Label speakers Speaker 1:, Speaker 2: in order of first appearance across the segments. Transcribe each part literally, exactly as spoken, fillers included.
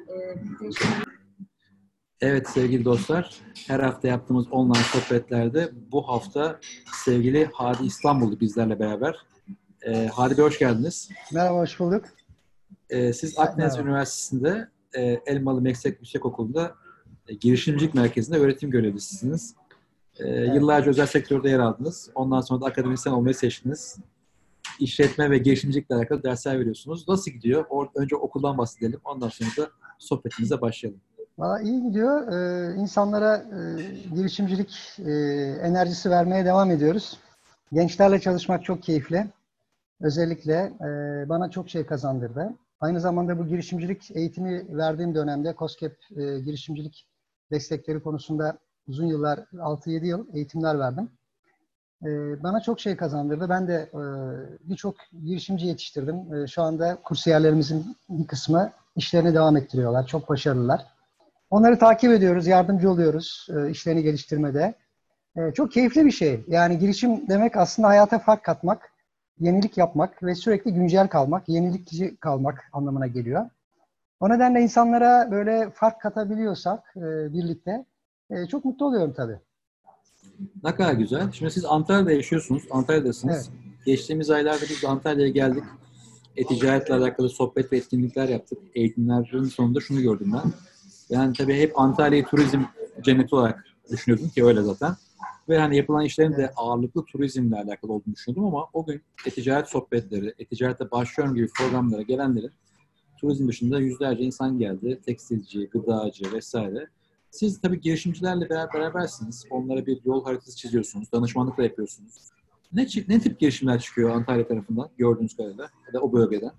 Speaker 1: Evet sevgili dostlar, her hafta yaptığımız online sohbetlerde bu hafta sevgili Hadi İstanbul'u bizlerle beraber. Ee, Hadi Bey hoş geldiniz.
Speaker 2: Merhaba, hoş bulduk.
Speaker 1: Ee, siz Akdeniz
Speaker 2: Merhaba.
Speaker 1: Üniversitesi'nde e, Elmalı Meslek Yüksekokulu'nda e, girişimcilik merkezinde öğretim görevlisisiniz. E,
Speaker 2: Evet.
Speaker 1: Yıllarca özel sektörde yer aldınız. Ondan sonra da akademisyen olmayı seçtiniz. İşletme ve girişimcilikle alakalı dersler veriyorsunuz. Nasıl gidiyor? Or- önce okuldan bahsedelim. Ondan sonra da sohbetimize başlayalım.
Speaker 2: Valla iyi gidiyor. Ee, insanlara e, girişimcilik e, enerjisi vermeye devam ediyoruz. Gençlerle çalışmak çok keyifli. Özellikle e, bana çok şey kazandırdı. Aynı zamanda bu girişimcilik eğitimi verdiğim dönemde KOSGEB e, girişimcilik destekleri konusunda uzun yıllar, altı yedi yıl eğitimler verdim. E, bana çok şey kazandırdı. Ben de e, birçok girişimci yetiştirdim. E, şu anda kursiyerlerimizin bir kısmı işlerini devam ettiriyorlar. Çok başarılılar. Onları takip ediyoruz, yardımcı oluyoruz e, işlerini geliştirmede. E, çok keyifli bir şey. Yani girişim demek aslında hayata fark katmak, yenilik yapmak ve sürekli güncel kalmak, yenilikçi kalmak anlamına geliyor. O nedenle insanlara böyle fark katabiliyorsak e, birlikte e, çok mutlu oluyorum tabii.
Speaker 1: Ne kadar güzel. Şimdi siz Antalya'da yaşıyorsunuz,
Speaker 2: Evet.
Speaker 1: Antalya'dasınız. Geçtiğimiz aylarda biz de Antalya'ya geldik. E-ticaretle alakalı sohbet ve etkinlikler yaptık. Eğitimlerin sonunda şunu gördüm ben. Yani tabii hep Antalya'yı turizm cenneti olarak düşünüyordum ki öyle zaten. Ve hani yapılan işlerin de
Speaker 2: Evet.
Speaker 1: ağırlıklı turizmle alakalı olduğunu düşünüyordum ama o gün e-ticaret sohbetleri, e-ticarete başlıyorum gibi programlara gelenlerin turizm dışında yüzlerce insan geldi. Tekstilci, gıdacı vesaire. Siz tabii girişimcilerle beraber berabersiniz. Onlara bir yol haritası çiziyorsunuz. Danışmanlık da yapıyorsunuz. Ne, ne tip girişimler çıkıyor Antalya tarafından gördüğünüz kadarıyla ya da o bölgeden?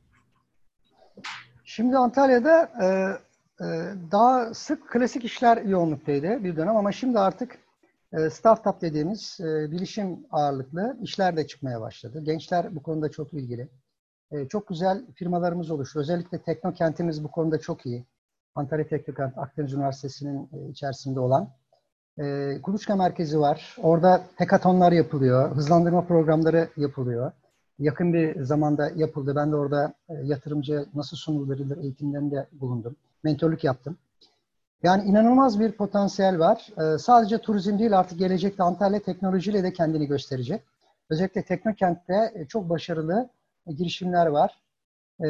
Speaker 2: Şimdi Antalya'da e, e, daha sık klasik işler yoğunluktaydı bir dönem ama şimdi artık e, startup dediğimiz e, bilişim ağırlıklı işler de çıkmaya başladı. Gençler bu konuda çok ilgili. E, çok güzel firmalarımız oluştu. Özellikle Teknokent'imiz bu konuda çok iyi. Antalya Teknokent, Akdeniz Üniversitesi'nin e, içerisinde olan. E, Kuluçka Merkezi var. Orada hackathonlar yapılıyor. Hızlandırma programları yapılıyor. Yakın bir zamanda yapıldı. Ben de orada e, yatırımcı nasıl sunulur eğitimlerinde bulundum. Mentörlük yaptım. Yani inanılmaz bir potansiyel var. E, sadece turizm değil artık gelecekte Antalya teknolojiyle de kendini gösterecek. Özellikle Teknokent'te e, çok başarılı e, girişimler var. E,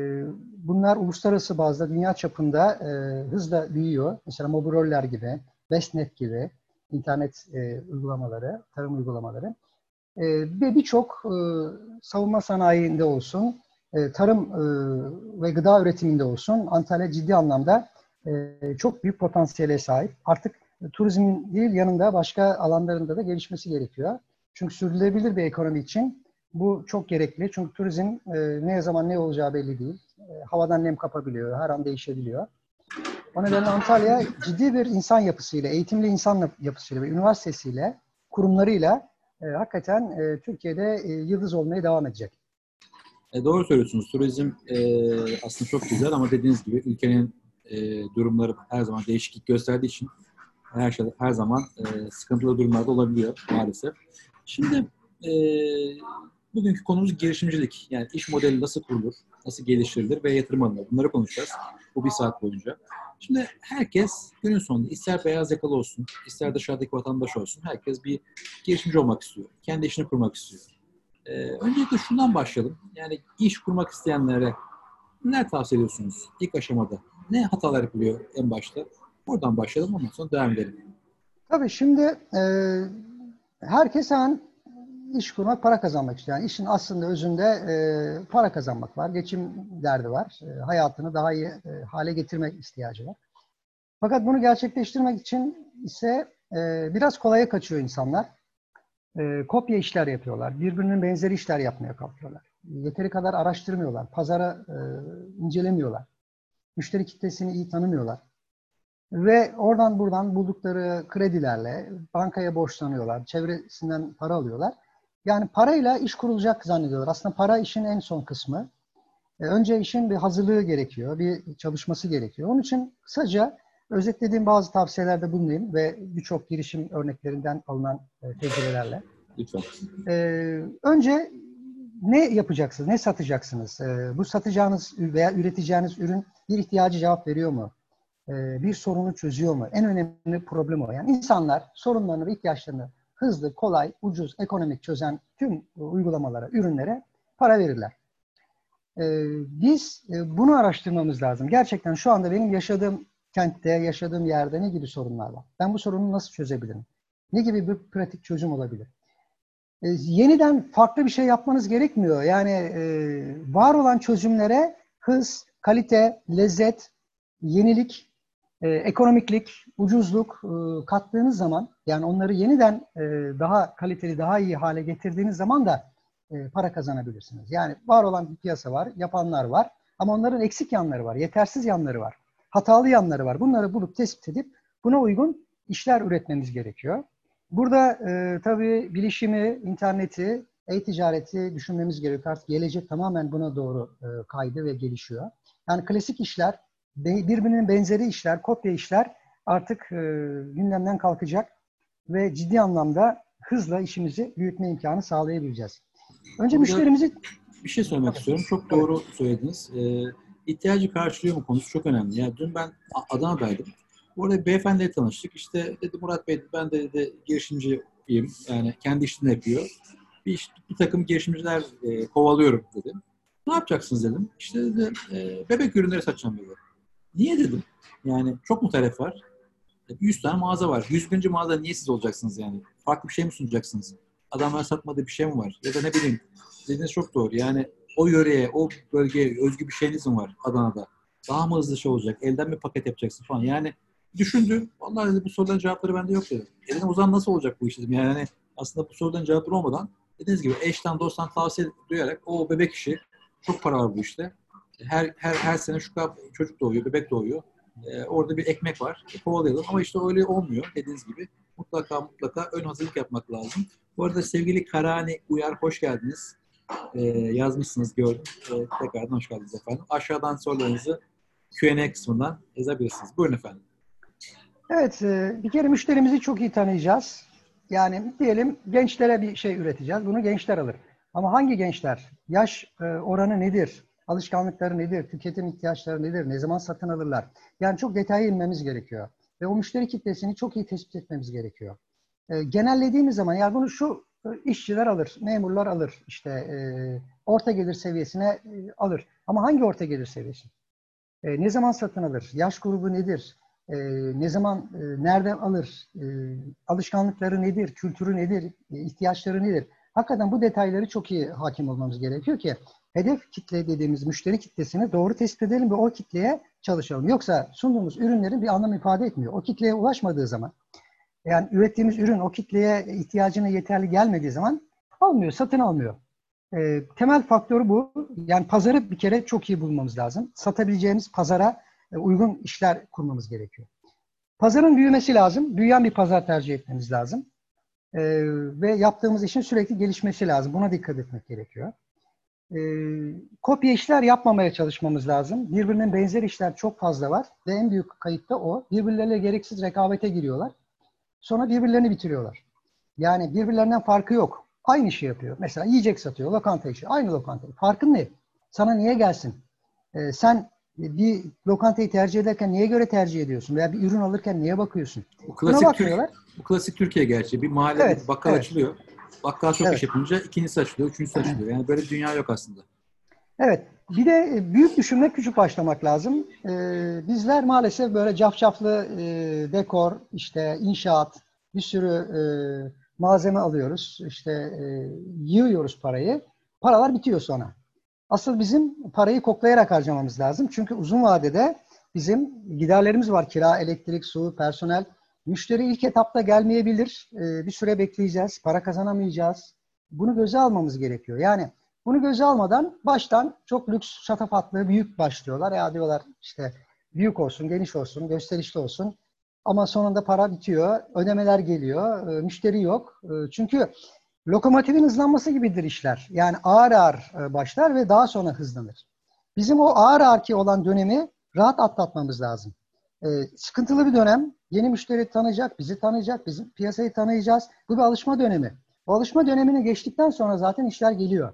Speaker 2: bunlar uluslararası bazda dünya çapında e, hızla büyüyor. Mesela Mobiroller gibi, Bestnet gibi internet e, uygulamaları, tarım uygulamaları. E, ve birçok e, savunma sanayinde olsun, e, tarım e, ve gıda üretiminde olsun Antalya ciddi anlamda e, çok büyük potansiyele sahip. Artık turizmin değil yanında başka alanlarında da gelişmesi gerekiyor. Çünkü sürdürülebilir bir ekonomi için bu çok gerekli. Çünkü turizm e, ne zaman ne olacağı belli değil. E, havadan nem kapabiliyor, her an değişebiliyor. O nedenle Antalya ciddi bir insan yapısıyla, eğitimli insan yapısıyla ve üniversitesiyle, kurumlarıyla e, hakikaten e, Türkiye'de e, yıldız olmaya devam edecek.
Speaker 1: E, doğru söylüyorsunuz. Turizm e, aslında çok güzel ama dediğiniz gibi ülkenin e, durumları her zaman değişiklik gösterdiği için her şey her zaman e, sıkıntılı durumlarda olabiliyor maalesef. Şimdi e, bugünkü konumuz girişimcilik. Yani iş modeli nasıl kurulur, nasıl geliştirilir ve yatırım alınır. Bunları konuşacağız bu bir saat boyunca. Şimdi herkes günün sonunda ister beyaz yakalı olsun, ister dışarıdaki vatandaş olsun, herkes bir girişimci olmak istiyor. Kendi işini kurmak istiyor. Ee, öncelikle şundan başlayalım. Yani iş kurmak isteyenlere neler tavsiye ediyorsunuz ilk aşamada? Ne hatalar yapılıyor en başta? Oradan başlayalım, ondan sonra devam edelim.
Speaker 2: Tabii şimdi e, herkes hemen iş kurmak, para kazanmak istiyor. Yani işin aslında özünde e, para kazanmak var, geçim derdi var. E, hayatını daha iyi e, hale getirmek ihtiyacı var. Fakat bunu gerçekleştirmek için ise e, biraz kolaya kaçıyor insanlar. E, kopya işler yapıyorlar. Birbirinin benzeri işler yapmaya kalkıyorlar. Yeteri kadar araştırmıyorlar. Pazara e, incelemiyorlar. Müşteri kitlesini iyi tanımıyorlar. Ve oradan buradan buldukları kredilerle bankaya borçlanıyorlar. Çevresinden para alıyorlar. Yani parayla iş kurulacak zannediyorlar. Aslında para işin en son kısmı. E, önce işin bir hazırlığı gerekiyor. Bir çalışması gerekiyor. Onun için kısaca özetlediğim bazı tavsiyelerde bulunayım ve birçok girişim örneklerinden alınan e, tecrübelerle.
Speaker 1: Lütfen.
Speaker 2: Ee, önce ne yapacaksınız, ne satacaksınız? E, bu satacağınız veya üreteceğiniz ürün bir ihtiyacı cevap veriyor mu? E, bir sorunu çözüyor mu? En önemli problem o. Yani insanlar sorunlarını ve ihtiyaçlarını hızlı, kolay, ucuz, ekonomik çözen tüm uygulamalara, ürünlere para verirler. E, biz e, bunu araştırmamız lazım. Gerçekten şu anda benim yaşadığım kentte, yaşadığım yerde ne gibi sorunlar var? Ben bu sorunu nasıl çözebilirim? Ne gibi bir pratik çözüm olabilir? E, yeniden farklı bir şey yapmanız gerekmiyor. Yani e, var olan çözümlere hız, kalite, lezzet, yenilik, e, ekonomiklik, ucuzluk e, kattığınız zaman, yani onları yeniden e, daha kaliteli, daha iyi hale getirdiğiniz zaman da e, para kazanabilirsiniz. Yani var olan bir piyasa var, yapanlar var ama onların eksik yanları var, yetersiz yanları var, hatalı yanları var. Bunları bulup tespit edip buna uygun işler üretmemiz gerekiyor. Burada e, tabii bilişimi, interneti, e-ticareti düşünmemiz gerekiyor. Artık gelecek tamamen buna doğru e, kaydı ve gelişiyor. Yani klasik işler, birbirinin benzeri işler, kopya işler artık e, gündemden kalkacak ve ciddi anlamda hızla işimizi büyütme imkanı sağlayabileceğiz. Önce
Speaker 1: Burada
Speaker 2: müşterimizi...
Speaker 1: bir şey söylemek
Speaker 2: Tabii.
Speaker 1: istiyorum. Çok
Speaker 2: Tabii.
Speaker 1: doğru söylediniz. Ee, ihtiyacı karşılıyor mu konusu çok önemli. Yani dün ben Adana'daydım. Orada bir beyefendiyle tanıştık. İşte dedi Murat Bey, ben de dedi, girişimciyim. Yani kendi işini yapıyor. Bir, iş, bir takım girişimciler e, kovalıyorum dedi. Ne yapacaksınız dedim. İşte dedi e, bebek ürünleri satacağım dedi. Niye dedim. Yani çok mu talep var? yüz tane mağaza var. yüz bininci mağaza niye siz olacaksınız yani? Farklı bir şey mi sunacaksınız? Adamlar satmadığı bir şey mi var? Ya da ne bileyim. Dediğiniz çok doğru. Yani o yöreye, o bölgeye özgü bir şeyiniz mi var Adana'da? Daha mı hızlı şey olacak? Elden bir paket yapacaksın falan. Yani düşündü. Vallahi dedi, bu soruların cevapları bende yok dedi. E dedim, o zaman nasıl olacak bu iş dedim. Yani hani aslında bu soruların cevapları olmadan dediğiniz gibi eşten dosttan tavsiye duyarak o bebek işi, çok para var bu işte. Her her her sene şu kadar çocuk doğuyor, bebek doğuyor. Ee, orada bir ekmek var. E, kovalayalım. Ama işte öyle olmuyor dediğiniz gibi. Mutlaka mutlaka ön hazırlık yapmak lazım. Bu arada sevgili Karani Uyar, hoş geldiniz. Ee, yazmışsınız, gördüm. Ee, tekrardan hoş geldiniz efendim. Aşağıdan sorularınızı Q and A kısmından yazabilirsiniz. Buyurun efendim.
Speaker 2: Evet, e, bir kere müşterimizi çok iyi tanıyacağız. Yani diyelim gençlere bir şey üreteceğiz. Bunu gençler alır. Ama hangi gençler? Yaş e, oranı nedir? Alışkanlıkları nedir? Tüketim ihtiyaçları nedir? Ne zaman satın alırlar? Yani çok detaya inmemiz gerekiyor. Ve o müşteri kitlesini çok iyi tespit etmemiz gerekiyor. E, genellediğimiz zaman yani bunu şu e, işçiler alır, memurlar alır, işte e, orta gelir seviyesine e, alır. Ama hangi orta gelir seviyesi? E, ne zaman satın alır? Yaş grubu nedir? E, ne zaman, e, nereden alır? E, alışkanlıkları nedir? Kültürü nedir? E, ihtiyaçları nedir? Hakikaten bu detayları çok iyi hakim olmamız gerekiyor ki hedef kitle dediğimiz müşteri kitlesini doğru tespit edelim ve o kitleye çalışalım. Yoksa sunduğumuz ürünlerin bir anlam ifade etmiyor. O kitleye ulaşmadığı zaman, yani ürettiğimiz ürün o kitleye ihtiyacına yeterli gelmediği zaman almıyor, satın almıyor. E, temel faktörü bu. Yani pazarı bir kere çok iyi bulmamız lazım. Satabileceğimiz pazara e, uygun işler kurmamız gerekiyor. Pazarın büyümesi lazım. Büyüyen bir pazar tercih etmemiz lazım. E, ve yaptığımız işin sürekli gelişmesi lazım. Buna dikkat etmek gerekiyor. E, kopya işler yapmamaya çalışmamız lazım. Birbirinin benzer işler çok fazla var. Ve en büyük kayıp da o. Birbirleriyle gereksiz rekabete giriyorlar. Sonra birbirlerini bitiriyorlar. Yani birbirlerinden farkı yok. Aynı işi yapıyor. Mesela yiyecek satıyor, lokanta işi. Aynı lokanta. Farkın ne? Sana niye gelsin? Ee, sen bir lokantayı tercih ederken niye göre tercih ediyorsun? Veya bir ürün alırken niye bakıyorsun?
Speaker 1: Bu
Speaker 2: Buna
Speaker 1: klasik Türk,
Speaker 2: bakmıyorlar.
Speaker 1: bu klasik Türkiye gerçeği. Bir mahallede bir
Speaker 2: Evet,
Speaker 1: bakkal
Speaker 2: evet,
Speaker 1: açılıyor. Bakkal çok iş
Speaker 2: evet.
Speaker 1: yapınca ikincisi açılıyor, üçüncüsü açılıyor. Yani böyle bir dünya yok aslında.
Speaker 2: Evet. Bir de büyük düşünmek, küçük başlamak lazım. Ee, bizler maalesef böyle cafcaflı e, dekor, işte inşaat, bir sürü e, malzeme alıyoruz. İşte e, yığıyoruz parayı. Paralar bitiyor sonra. Asıl bizim parayı koklayarak harcamamız lazım. Çünkü uzun vadede bizim giderlerimiz var. Kira, elektrik, su, personel. Müşteri ilk etapta gelmeyebilir. Ee, bir süre bekleyeceğiz. Para kazanamayacağız. Bunu göze almamız gerekiyor. Yani bunu göze almadan baştan çok lüks, şatafatlı, büyük başlıyorlar. Ya diyorlar işte büyük olsun, geniş olsun, gösterişli olsun. Ama sonunda para bitiyor, ödemeler geliyor, e, müşteri yok. E, çünkü lokomotifin hızlanması gibidir işler. Yani ağır ağır e, başlar ve daha sonra hızlanır. Bizim o ağır ağır ki olan dönemi rahat atlatmamız lazım. E, sıkıntılı bir dönem. Yeni müşteri tanıyacak, bizi tanıyacak, bizim piyasayı tanıyacağız. Bu bir alışma dönemi. O alışma dönemini geçtikten sonra zaten işler geliyor.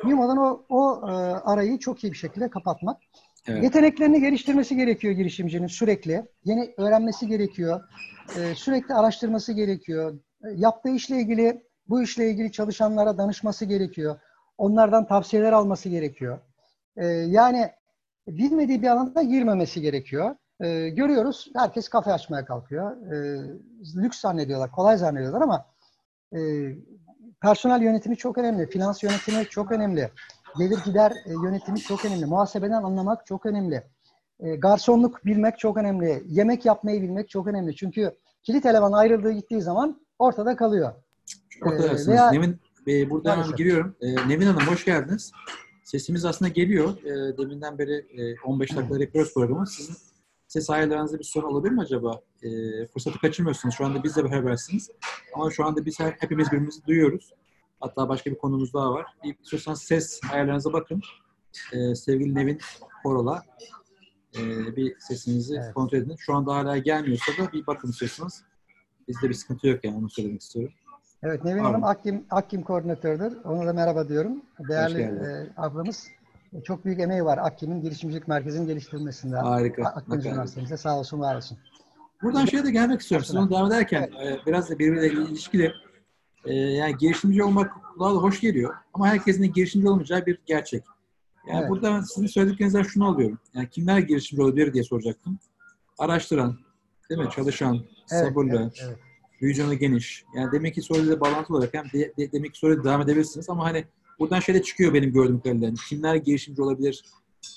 Speaker 2: Büyümeden o, o e, arayı çok iyi bir şekilde kapatmak.
Speaker 1: Evet.
Speaker 2: Yeteneklerini geliştirmesi gerekiyor girişimcinin sürekli. Yeni öğrenmesi gerekiyor. E, sürekli araştırması gerekiyor. E, yaptığı işle ilgili, bu işle ilgili çalışanlara danışması gerekiyor. Onlardan tavsiyeler alması gerekiyor. E, yani bilmediği bir alanda girmemesi gerekiyor. E, görüyoruz, herkes kafe açmaya kalkıyor. E, lüks zannediyorlar, kolay zannediyorlar ama e, personel yönetimi çok önemli, finans yönetimi çok önemli, gelir gider e, yönetimi çok önemli, muhasebeden anlamak çok önemli, e, garsonluk bilmek çok önemli, yemek yapmayı bilmek çok önemli. Çünkü kilit eleman ayrıldığı gittiği zaman ortada kalıyor.
Speaker 1: Çok
Speaker 2: E,
Speaker 1: affedersiniz.
Speaker 2: veya
Speaker 1: Nevin, e, burada hemen bir
Speaker 2: maalesef.
Speaker 1: giriyorum. E, Nevin Hanım hoş geldiniz. Sesimiz aslında geliyor. E, deminden beri e, on beş dakikadır yapıyoruz programı. Sizin ses ayarlarınızda bir sorun olabilir mi acaba? E, fırsatı kaçırmıyorsunuz. Şu anda bizle berabersiniz. Ama şu anda biz her, hepimiz birbirimizi duyuyoruz. Hatta başka bir konumuz daha var. Bir, istiyorsanız ses ayarlarınıza bakın. E, sevgili Nevin Korola. E, bir sesinizi
Speaker 2: Evet.
Speaker 1: kontrol edin. Şu anda hala gelmiyorsa da bir bakın istiyorsanız. Bizde bir sıkıntı yok yani onu söylemek istiyorum.
Speaker 2: Evet, Nevin Hanım
Speaker 1: Pardon.
Speaker 2: Akkim, Akkim koordinatördür. Ona da merhaba diyorum.
Speaker 1: Hoş
Speaker 2: Değerli
Speaker 1: geldin.
Speaker 2: e, ablamız. E, çok büyük emeği var Akkim'in girişimcilik merkezinin geliştirilmesinde.
Speaker 1: Harika. Ne
Speaker 2: Akdeniz
Speaker 1: kadar güzel.
Speaker 2: Üniversitesi'nde sağ olsun, var olsun.
Speaker 1: Buradan şeye de gelmek istiyorum. Siz
Speaker 2: Personel.
Speaker 1: onu devam ederken
Speaker 2: Evet,
Speaker 1: e, biraz da birbiriyle ilişkili. E, yani girişimci olmak kulağa da hoş geliyor. Ama herkesin de girişimci olmayacağı bir gerçek. Yani
Speaker 2: evet,
Speaker 1: burada ben sizin söylediklerinizden şunu alıyorum. Yani kimler girişimci olabilir diye soracaktım. Araştıran, değil mi? Çalışan,
Speaker 2: evet, evet,
Speaker 1: sabırlı,
Speaker 2: evet.
Speaker 1: vizyonu geniş. Yani demek ki söylediği bağlantı olarak hem de, de, demek ki söylediği devam edebilirsiniz ama hani buradan şey de çıkıyor benim gördüğüm kadarıyla. Yani kimler girişimci olabilir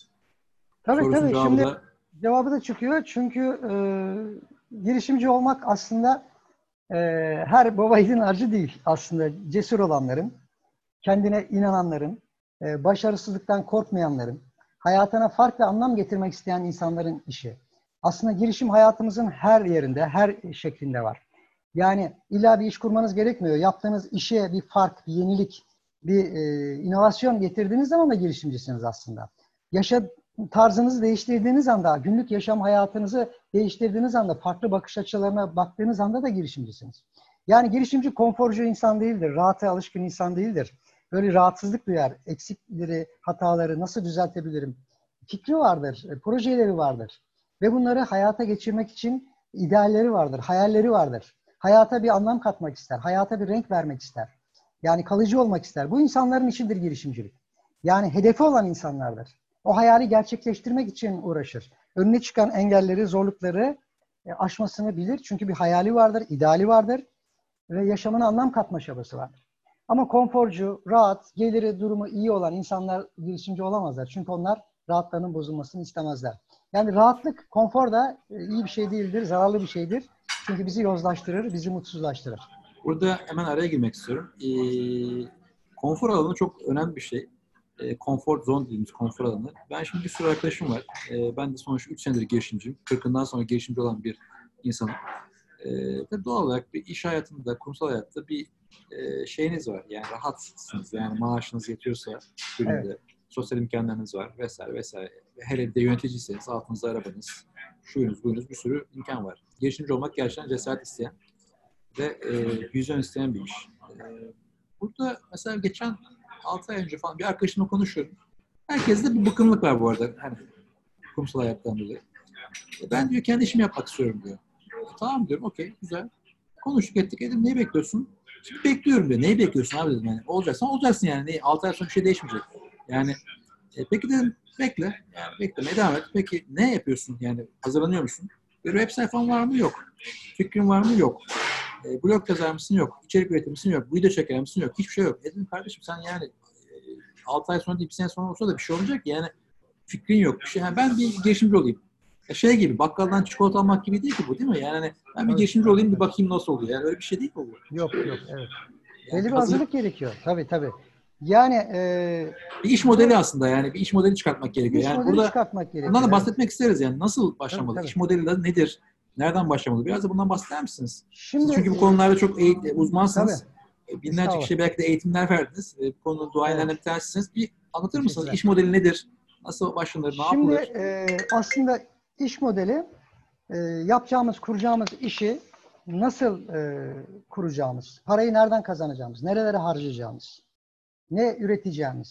Speaker 2: Tabii
Speaker 1: sorusunun
Speaker 2: tabii.
Speaker 1: cevabı
Speaker 2: Şimdi
Speaker 1: da
Speaker 2: cevabı da çıkıyor. Çünkü e, girişimci olmak aslında e, her baba yiğidin harcı değil. Aslında cesur olanların, kendine inananların, e, başarısızlıktan korkmayanların, hayatına fark ve anlam getirmek isteyen insanların işi. Aslında girişim hayatımızın her yerinde, her şeklinde var. Yani illa bir iş kurmanız gerekmiyor. Yaptığınız işe bir fark, bir yenilik, bir e, inovasyon getirdiğiniz zaman da girişimcisiniz aslında. Yaşa tarzınızı değiştirdiğiniz anda, günlük yaşam hayatınızı değiştirdiğiniz anda, farklı bakış açılarına baktığınız anda da girişimcisiniz. Yani girişimci konforcu insan değildir, rahata alışkın insan değildir. Böyle rahatsızlık duyar, eksikleri, hataları nasıl düzeltebilirim? Fikri vardır, e, projeleri vardır. Ve bunları hayata geçirmek için idealleri vardır, hayalleri vardır. Hayata bir anlam katmak ister, hayata bir renk vermek ister. Yani kalıcı olmak ister. Bu insanların işidir girişimcilik. Yani hedefi olan insanlardır. O hayali gerçekleştirmek için uğraşır. Önüne çıkan engelleri, zorlukları e, aşmasını bilir. Çünkü bir hayali vardır, ideali vardır ve yaşamına anlam katma çabası vardır. Ama konforcu, rahat, geliri, durumu iyi olan insanlar girişimci olamazlar. Çünkü onlar rahatlarının bozulmasını istemezler. Yani rahatlık, konfor da e, iyi bir şey değildir, zararlı bir şeydir. Çünkü bizi yozlaştırır, bizi mutsuzlaştırır.
Speaker 1: burada hemen araya girmek istiyorum. E, konfor alanı çok önemli bir şey. E, comfort zone dediğimiz konfor alanı. Ben şimdi bir sürü arkadaşım var. E, ben de sonuçta üç senedir girişimciyim. kırkından sonra girişimci olan bir insanım. E, ve doğal olarak bir iş hayatında, kurumsal hayatta bir e, şeyiniz var. Yani rahatsınız. Yani maaşınız yetiyorsa
Speaker 2: Evet,
Speaker 1: gününde sosyal imkanlarınız var vesaire vesaire. Hele bir de yöneticiyseniz altınızda arabanız, şuyunuz buyunuz bir sürü imkan var. Girişimci olmak gerçekten cesaret isteyen ve e, vizyon isteyen bir iş. E, burada mesela geçen altı ay önce falan bir arkadaşımla konuşuyorum. Herkeste bir bıkkınlık var bu arada. Hani kurumsal hayattan dolayı. E, ben diyor kendi işimi yapmak istiyorum diyor. E, tamam diyorum okey güzel. Konuştuk ettik dedim neyi bekliyorsun? Şimdi bekliyorum diyor. Neyi bekliyorsun abi dedim yani. Olacaksan olacaksın yani. Ne, altı ay sonra bir şey değişmeyecek. Yani e, peki dedim bekle. Yani beklemeye devam et. Peki ne yapıyorsun? Yani hazırlanıyor musun? Bir web sayfan var mı? Yok. Fikrin var mı? Yok. E, blog yazar mısın? Yok. İçerik üretir misin? Yok. Video çeker misin? Yok. Hiçbir şey yok. E dedim kardeşim sen yani e, altı ay sonra değil bir sene sonra olsa da bir şey olacak ki yani fikrin yok. Bir şey. Yani ben bir girişimci olayım. E, şey gibi bakkaldan çikolata almak gibi değil ki bu değil mi? Yani hani ben bir
Speaker 2: tabii,
Speaker 1: girişimci
Speaker 2: tabii,
Speaker 1: olayım bir
Speaker 2: tabii.
Speaker 1: bakayım nasıl oluyor. Yani öyle bir şey değil mi bu?
Speaker 2: Yok, yok, evet.
Speaker 1: Yani
Speaker 2: Belli
Speaker 1: bir
Speaker 2: bir
Speaker 1: hazırlık,
Speaker 2: hazırlık gerekiyor. Tabii, tabii. Yani e,
Speaker 1: bir iş
Speaker 2: bu
Speaker 1: modeli aslında yani bir iş modeli çıkartmak gerekiyor.
Speaker 2: iş
Speaker 1: Yani
Speaker 2: modeli
Speaker 1: burada
Speaker 2: çıkartmak
Speaker 1: bundan
Speaker 2: gerekiyor,
Speaker 1: da
Speaker 2: evet.
Speaker 1: bahsetmek isteriz yani nasıl
Speaker 2: Tabii,
Speaker 1: başlamalı?
Speaker 2: tabii.
Speaker 1: İş modeli de nedir? Nereden başlamalı? Biraz da bundan bahseder misiniz? Siz
Speaker 2: Şimdi
Speaker 1: çünkü bu
Speaker 2: e,
Speaker 1: konularda çok eğit-
Speaker 2: tabii,
Speaker 1: uzmansınız. E, Binlerce
Speaker 2: estağfurullah.
Speaker 1: kişiye belki de eğitimler verdiniz. E, Bu konunun
Speaker 2: Evet,
Speaker 1: duayenlerinden bir tanesiniz. Bir anlatır mısınız?
Speaker 2: teşekkürler.
Speaker 1: İş modeli nedir? Nasıl başlanır? Ne
Speaker 2: Şimdi
Speaker 1: yapılır?
Speaker 2: e, aslında iş modeli e, yapacağımız, kuracağımız işi nasıl e, kuracağımız, parayı nereden kazanacağımız, nerelere harcayacağımız, ne üreteceğimiz,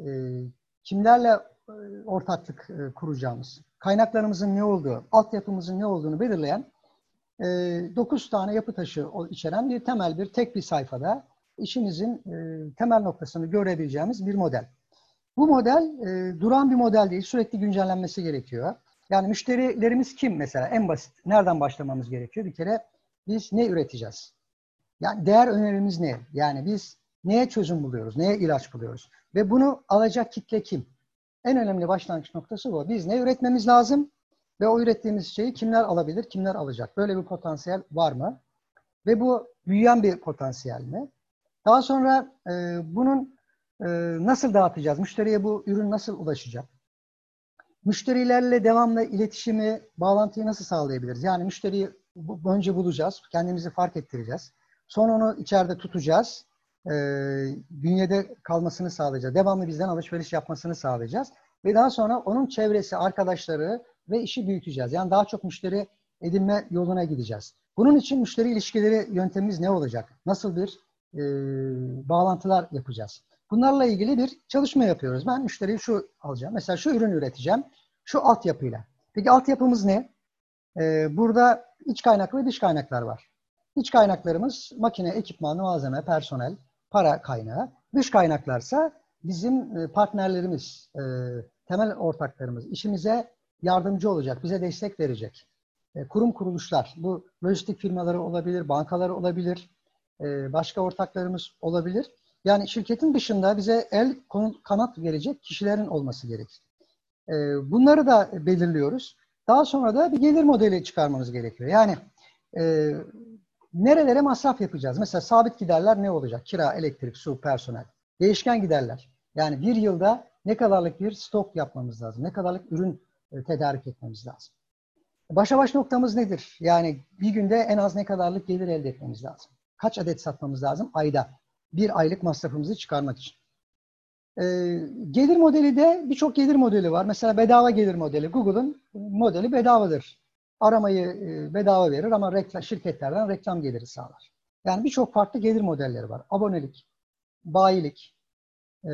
Speaker 2: e, kimlerle e, ortaklık e, kuracağımız, kaynaklarımızın ne olduğu, altyapımızın ne olduğunu belirleyen e, dokuz tane yapı taşı içeren bir temel bir tek bir sayfada işimizin e, temel noktasını görebileceğimiz bir model. Bu model e, duran bir model değil, sürekli güncellenmesi gerekiyor. Yani müşterilerimiz kim mesela? En basit. Nereden başlamamız gerekiyor? Bir kere biz ne üreteceğiz? Yani değer önerimiz ne? Yani biz neye çözüm buluyoruz? Neye ilaç buluyoruz? Ve bunu alacak kitle kim? En önemli başlangıç noktası bu. Biz ne üretmemiz lazım? Ve o ürettiğimiz şeyi kimler alabilir, kimler alacak? Böyle bir potansiyel var mı? Ve bu büyüyen bir potansiyel mi? Daha sonra e, bunun e, nasıl dağıtacağız? Müşteriye bu ürün nasıl ulaşacak? Müşterilerle devamlı iletişimi, bağlantıyı nasıl sağlayabiliriz? Yani müşteriyi önce bulacağız, kendimizi fark ettireceğiz. Sonra onu içeride tutacağız. E, bünyede kalmasını sağlayacağız. Devamlı bizden alışveriş yapmasını sağlayacağız. Ve daha sonra onun çevresi, arkadaşları ve işi büyüteceğiz. Yani daha çok müşteri edinme yoluna gideceğiz. Bunun için müşteri ilişkileri yöntemimiz ne olacak? Nasıl bir e, bağlantılar yapacağız? Bunlarla ilgili bir çalışma yapıyoruz. Ben müşteriyi şu alacağım. Mesela şu ürün üreteceğim. Şu altyapıyla. Peki altyapımız ne? Ee, burada iç kaynak ve dış kaynaklar var. İç kaynaklarımız makine, ekipman, malzeme, personel, para kaynağı. Dış kaynaklarsa bizim partnerlerimiz, e, temel ortaklarımız. İşimize yardımcı olacak, bize destek verecek. E, kurum kuruluşlar. Bu lojistik firmaları olabilir, bankaları olabilir, e, başka ortaklarımız olabilir. Yani şirketin dışında bize el kanat verecek kişilerin olması gerekir. Bunları da belirliyoruz. Daha sonra da bir gelir modeli çıkarmamız gerekiyor. Yani e, nerelere masraf yapacağız? Mesela sabit giderler ne olacak? Kira, elektrik, su, personel. Değişken giderler. Yani bir yılda ne kadarlık bir stok yapmamız lazım? Ne kadarlık ürün e, tedarik etmemiz lazım? Başa baş noktamız nedir? Yani bir günde en az ne kadarlık gelir elde etmemiz lazım? Kaç adet satmamız lazım ayda? Bir aylık masrafımızı çıkarmak için. Ee, gelir modeli de birçok gelir modeli var. Mesela bedava gelir modeli. Google'ın modeli bedavadır. Aramayı e, bedava verir ama reklam, şirketlerden reklam geliri sağlar. Yani birçok farklı gelir modelleri var. Abonelik, bayilik, e,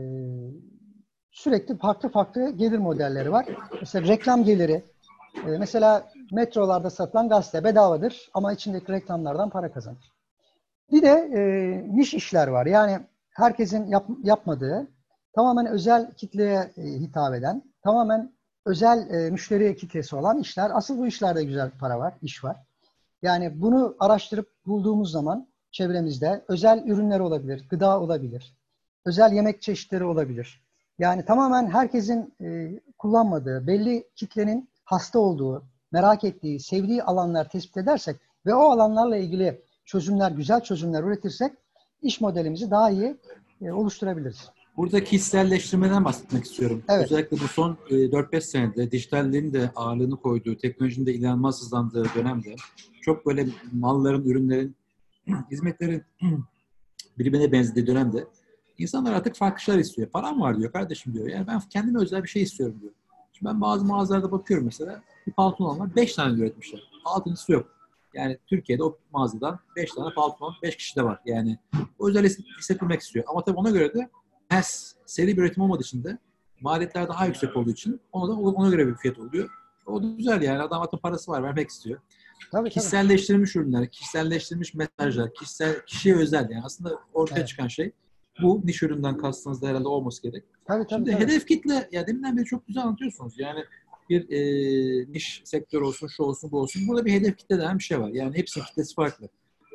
Speaker 2: sürekli farklı farklı gelir modelleri var. Mesela reklam geliri. E, mesela metrolarda satılan gazete bedavadır ama içindeki reklamlardan para kazanır. Bir de e, niş işler var. Yani herkesin yap, yapmadığı, tamamen özel kitleye e, hitap eden, tamamen özel e, müşteri kitlesi olan işler. Asıl bu işlerde güzel para var, iş var. Yani bunu araştırıp bulduğumuz zaman çevremizde özel ürünler olabilir, gıda olabilir, özel yemek çeşitleri olabilir. Yani tamamen herkesin e, kullanmadığı, belli kitlenin hasta olduğu, merak ettiği, sevdiği alanlar tespit edersek ve o alanlarla ilgili çözümler, güzel çözümler üretirsek iş modelimizi daha iyi e, oluşturabiliriz.
Speaker 1: Burada kişiselleştirmeden bahsetmek istiyorum.
Speaker 2: Evet.
Speaker 1: Özellikle bu son e, dört beş senede dijitalliğin de ağırlığını koyduğu, teknolojinin de inanılmaz hızlandığı dönemde çok böyle malların, ürünlerin, hizmetlerin birbirine benzediği dönemde insanlar artık farklı şeyler istiyor. Param var diyor kardeşim diyor. Yani ben kendime özel bir şey istiyorum diyor. Şimdi ben bazı mağazalarda bakıyorum mesela bir pantolon var beş tane üretmişler. Altıncısı yok. Yani Türkiye'de o mağazadan beş tane pantolon beş kişi de var. Yani o özel hissettirmek istiyor. Ama tabii ona göre de her seri bir üretim olmadığı için de maliyetler daha yüksek olduğu için ona da ona göre bir fiyat oluyor. O da güzel yani. Adam atın parası var vermek istiyor. Tabii, kişiselleştirilmiş tabii. ürünler, kişiselleştirilmiş mesajlar, kişisel, kişiye özel yani aslında ortaya evet. çıkan şey bu niş üründen kastınızda herhalde olması gerek. Tabii, tabii, Şimdi tabii. hedef kitle ya deminden beri çok güzel anlatıyorsunuz. Yani bir e, niş sektör olsun, şu olsun, bu olsun. Burada bir hedef kitle denen bir şey var. Yani hepsinin kitlesi farklı.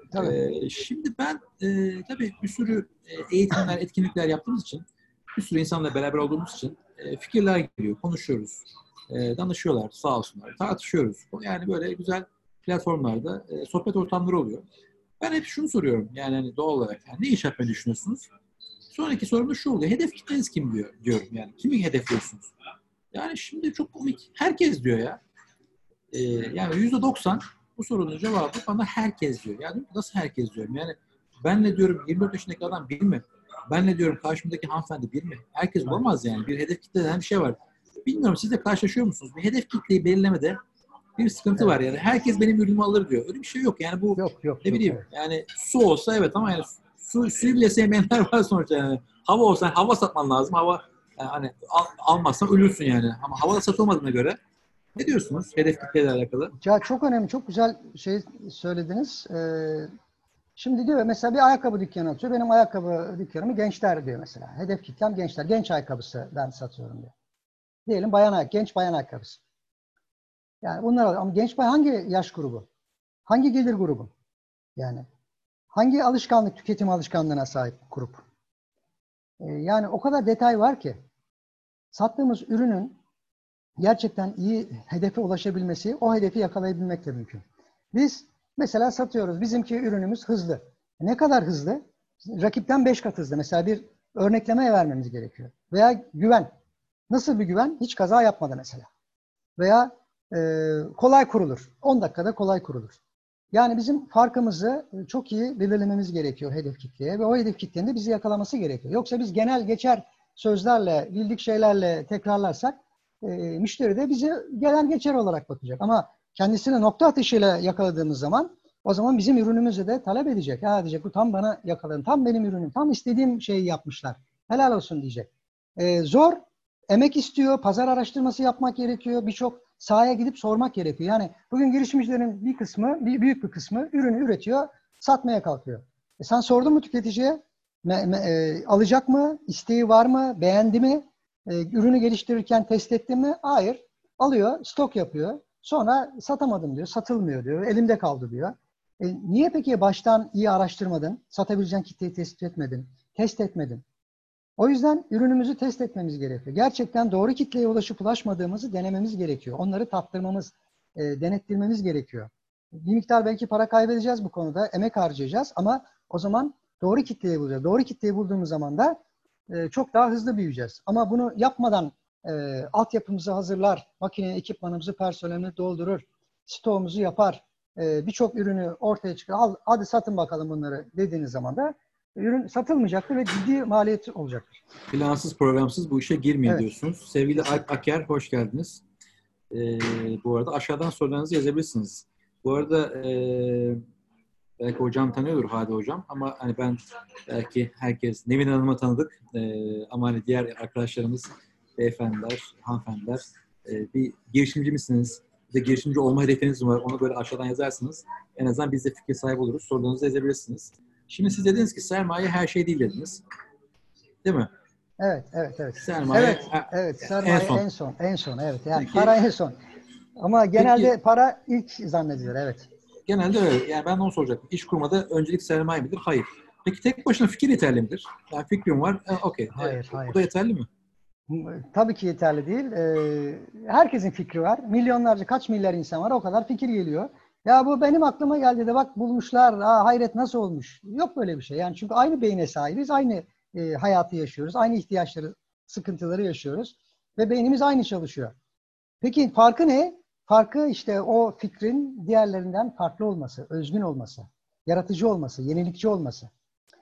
Speaker 1: E, şimdi ben e, tabii bir sürü eğitimler, etkinlikler yaptığımız için bir sürü insanla beraber olduğumuz için e, fikirler geliyor, konuşuyoruz. E, danışıyorlar sağ olsunlar, tartışıyoruz. Yani böyle güzel platformlarda e, sohbet ortamları oluyor. Ben hep şunu soruyorum yani hani doğal olarak yani ne iş yapmayı düşünüyorsunuz? Sonraki sorum da şu oluyor. Hedef kitleniz kim diyor diyorum yani. Kimi hedefliyorsunuz? Yani şimdi çok komik. Herkes diyor ya. Ee, yani yüzde doksan bu sorunun cevabı bana herkes diyor. Yani nasıl herkes diyorum. Yani benle diyorum yirmi dört yaşındaki adam bir mi? Benle diyorum karşımdaki hanımefendi bir mi? Herkes olamaz yani. Bir hedef kitle denen bir şey var. Bilmiyorum siz de karşılaşıyor musunuz? Bir hedef kitleyi belirlemede bir sıkıntı evet. var yani. Herkes benim ürünümü alır diyor. Öyle bir şey yok. Yani bu yok, yok, ne bileyim. Evet. Yani su olsa evet ama yani su, suyu bile sevmeyenler var sonuçta yani. hava olsa hava satman lazım. Hava yani hani al, almazsan ölürsün yani. Ama havada satılmadığına göre ne diyorsunuz hedef kitleyle alakalı?
Speaker 2: Ya çok önemli, çok güzel şey söylediniz. Ee, şimdi diyor mesela bir ayakkabı dükkanı açıyor. Benim ayakkabı dükkanımı gençler diyor mesela. Hedef kitlem gençler. Genç ayakkabısı ben satıyorum diyor. Diyelim bayan ayak, genç bayan ayakkabısı. Yani bunlar ama genç bayan hangi yaş grubu? Hangi gelir grubu? Yani hangi alışkanlık, tüketim alışkanlığına sahip grup? Ee, yani o kadar detay var ki sattığımız ürünün gerçekten iyi hedefe ulaşabilmesi, o hedefi yakalayabilmek de mümkün. Biz mesela satıyoruz. Bizimki ürünümüz hızlı. Ne kadar hızlı? Rakipten beş kat hızlı. Mesela bir örnekleme vermemiz gerekiyor. Veya güven. Nasıl bir güven? Hiç kaza yapmadı mesela. Veya e, kolay kurulur. on dakikada kolay kurulur. Yani bizim farkımızı çok iyi belirlememiz gerekiyor hedef kitleye ve o hedef kitlenin de bizi yakalaması gerekiyor. Yoksa biz genel geçer sözlerle, bildik şeylerle tekrarlarsak e, müşteri de bize gelen geçer olarak bakacak. Ama kendisini nokta atışıyla yakaladığımız zaman o zaman bizim ürünümüzü de talep edecek. Ha diyecek bu tam bana yakaladın, tam benim ürünüm, tam istediğim şeyi yapmışlar. Helal olsun diyecek. E, zor, emek istiyor, pazar araştırması yapmak gerekiyor, birçok sahaya gidip sormak gerekiyor. Yani bugün girişimcilerin bir kısmı, bir büyük bir kısmı ürünü üretiyor, satmaya kalkıyor. E sen sordun mu tüketiciye? Me, me, e, alacak mı? İsteği var mı? Beğendi mi? E, ürünü geliştirirken test etti mi? Hayır. Alıyor, stok yapıyor. Sonra satamadım diyor, satılmıyor diyor, elimde kaldı diyor. E, niye peki baştan iyi araştırmadın? Satabileceğin kitleyi tespit etmedin, test etmedin. O yüzden ürünümüzü test etmemiz gerekiyor. Gerçekten doğru kitleye ulaşıp ulaşmadığımızı denememiz gerekiyor. Onları tattırmamız, e, denettirmemiz gerekiyor. Bir miktar belki para kaybedeceğiz bu konuda, emek harcayacağız ama o zaman doğru kitleyi bulacağız. Doğru kitleyi bulduğumuz zaman da e, çok daha hızlı büyüyeceğiz. Ama bunu yapmadan e, altyapımızı hazırlar, makine, ekipmanımızı, personelini doldurur, stoğumuzu yapar, e, birçok ürünü ortaya çıkar, al, hadi satın bakalım bunları dediğiniz zaman da ürün satılmayacaktır ve ciddi maliyeti olacaktır.
Speaker 1: Plansız programsız bu işe girmeyin
Speaker 2: Evet.
Speaker 1: diyorsunuz. Sevgili Alp Aker hoş geldiniz. Ee, bu arada aşağıdan sorularınızı yazabilirsiniz. Bu arada e, belki hocam tanıyordur Hadi hocam ama hani ben belki herkes Nevin Hanım'ı tanıdık e, ama hani diğer arkadaşlarımız beyefendiler, hanımefendiler e, bir girişimci misiniz? Bir de girişimci olma hedefiniz mi var? Onu böyle aşağıdan yazarsınız. En azından biz de fikir sahibi oluruz. Sorularınızı yazabilirsiniz. Şimdi siz dediniz ki sermaye her şey değil dediniz. Değil mi?
Speaker 2: Evet, evet, evet.
Speaker 1: Sermaye
Speaker 2: Evet,
Speaker 1: ha,
Speaker 2: evet.
Speaker 1: en
Speaker 2: Sermaye
Speaker 1: son.
Speaker 2: en son, en son. Evet. Yani
Speaker 1: Peki,
Speaker 2: para en son. Ama genelde
Speaker 1: peki
Speaker 2: para ilk zannedilir. Evet.
Speaker 1: genelde öyle. Yani ben onu soracaktım. İş kurmada öncelik sermaye midir? Hayır. Peki tek başına fikir yeterli midir? Yani fikrim var. E, Okey. Evet.
Speaker 2: Hayır,
Speaker 1: Bu da
Speaker 2: hayır.
Speaker 1: yeterli mi?
Speaker 2: Tabii ki yeterli değil. Ee, herkesin fikri var. Milyonlarca, kaç milyar insan var. O kadar fikir geliyor. Ya bu benim aklıma geldi de bak bulmuşlar. Aa, hayret nasıl olmuş? Yok böyle bir şey. Yani çünkü aynı beyne sahibiz. Aynı e, hayatı yaşıyoruz. Aynı ihtiyaçları, sıkıntıları yaşıyoruz. Ve beynimiz aynı çalışıyor. Peki farkı ne? Farkı işte o fikrin diğerlerinden farklı olması, özgün olması, yaratıcı olması, yenilikçi olması.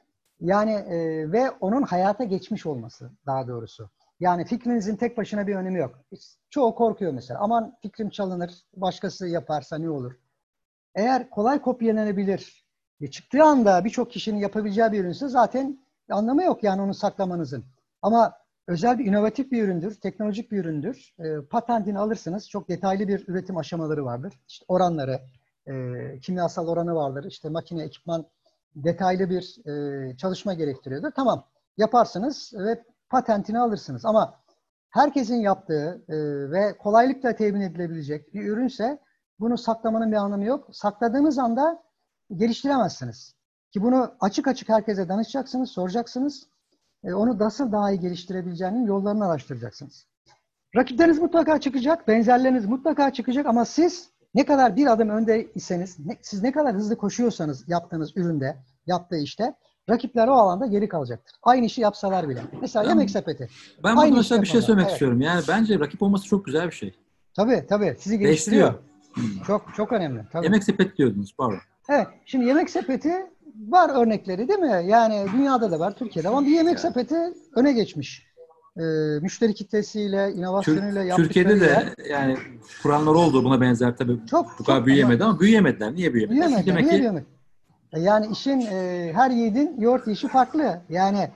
Speaker 2: Yani e, ve onun hayata geçmiş olması daha doğrusu. Yani fikrinizin tek başına bir önemi yok. Çoğu korkuyor mesela. Aman fikrim çalınır, başkası yaparsa ne olur? Eğer kolay kopyalanabilir, e, çıktığı anda birçok kişinin yapabileceği bir ürünse zaten anlamı yok yani onu saklamanızın. Ama özel bir inovatif bir üründür, teknolojik bir üründür. E, patentini alırsınız. Çok detaylı bir üretim aşamaları vardır. İşte oranları, e, kimyasal oranı vardır. İşte makine, ekipman detaylı bir e, çalışma gerektiriyordur. Tamam, yaparsınız ve patentini alırsınız. Ama herkesin yaptığı e, ve kolaylıkla temin edilebilecek bir ürünse bunu saklamanın bir anlamı yok. Sakladığınız anda geliştiremezsiniz. Ki bunu açık açık herkese danışacaksınız, soracaksınız. E, onu nasıl daha iyi geliştirebileceğinin yollarını araştıracaksınız. Rakipleriniz mutlaka çıkacak, benzerleriniz mutlaka çıkacak ama siz ne kadar bir adım önde iseniz, ne, siz ne kadar hızlı koşuyorsanız yaptığınız üründe, yaptığı işte, rakipler o alanda geri kalacaktır. Aynı işi yapsalar bile. Mesela Yemek
Speaker 1: Ben,
Speaker 2: Sepeti.
Speaker 1: ben burada
Speaker 2: Aynı işi
Speaker 1: mesela bir şey
Speaker 2: yaparlar.
Speaker 1: söylemek
Speaker 2: Evet.
Speaker 1: istiyorum. Yani bence rakip olması çok güzel bir şey.
Speaker 2: Tabii tabii. Sizi geliştiriyor.
Speaker 1: Besliyor.
Speaker 2: Çok çok önemli. Tabii.
Speaker 1: Yemek sepet diyordunuz. Pardon.
Speaker 2: Evet. Şimdi Yemek Sepeti var örnekleri değil mi? Yani dünyada da var, Türkiye'de ama bir Yemek
Speaker 1: Yani,
Speaker 2: Sepeti öne geçmiş. Ee, müşteri kitlesiyle,
Speaker 1: Tür-
Speaker 2: inovasyonuyla,
Speaker 1: Türkiye'de
Speaker 2: yaptıklarıyla
Speaker 1: de yani kuranlar oldu buna benzer tabii
Speaker 2: çok
Speaker 1: bu kadar
Speaker 2: çok ama
Speaker 1: büyüyemedi ama büyüyemediler. Niye büyüyemediler? Çünkü
Speaker 2: büyüyemediler.
Speaker 1: demek
Speaker 2: Niye
Speaker 1: ki
Speaker 2: büyüyemedi? E Yani işin e, her yiğidin yoğurt yiyişi farklı. Yani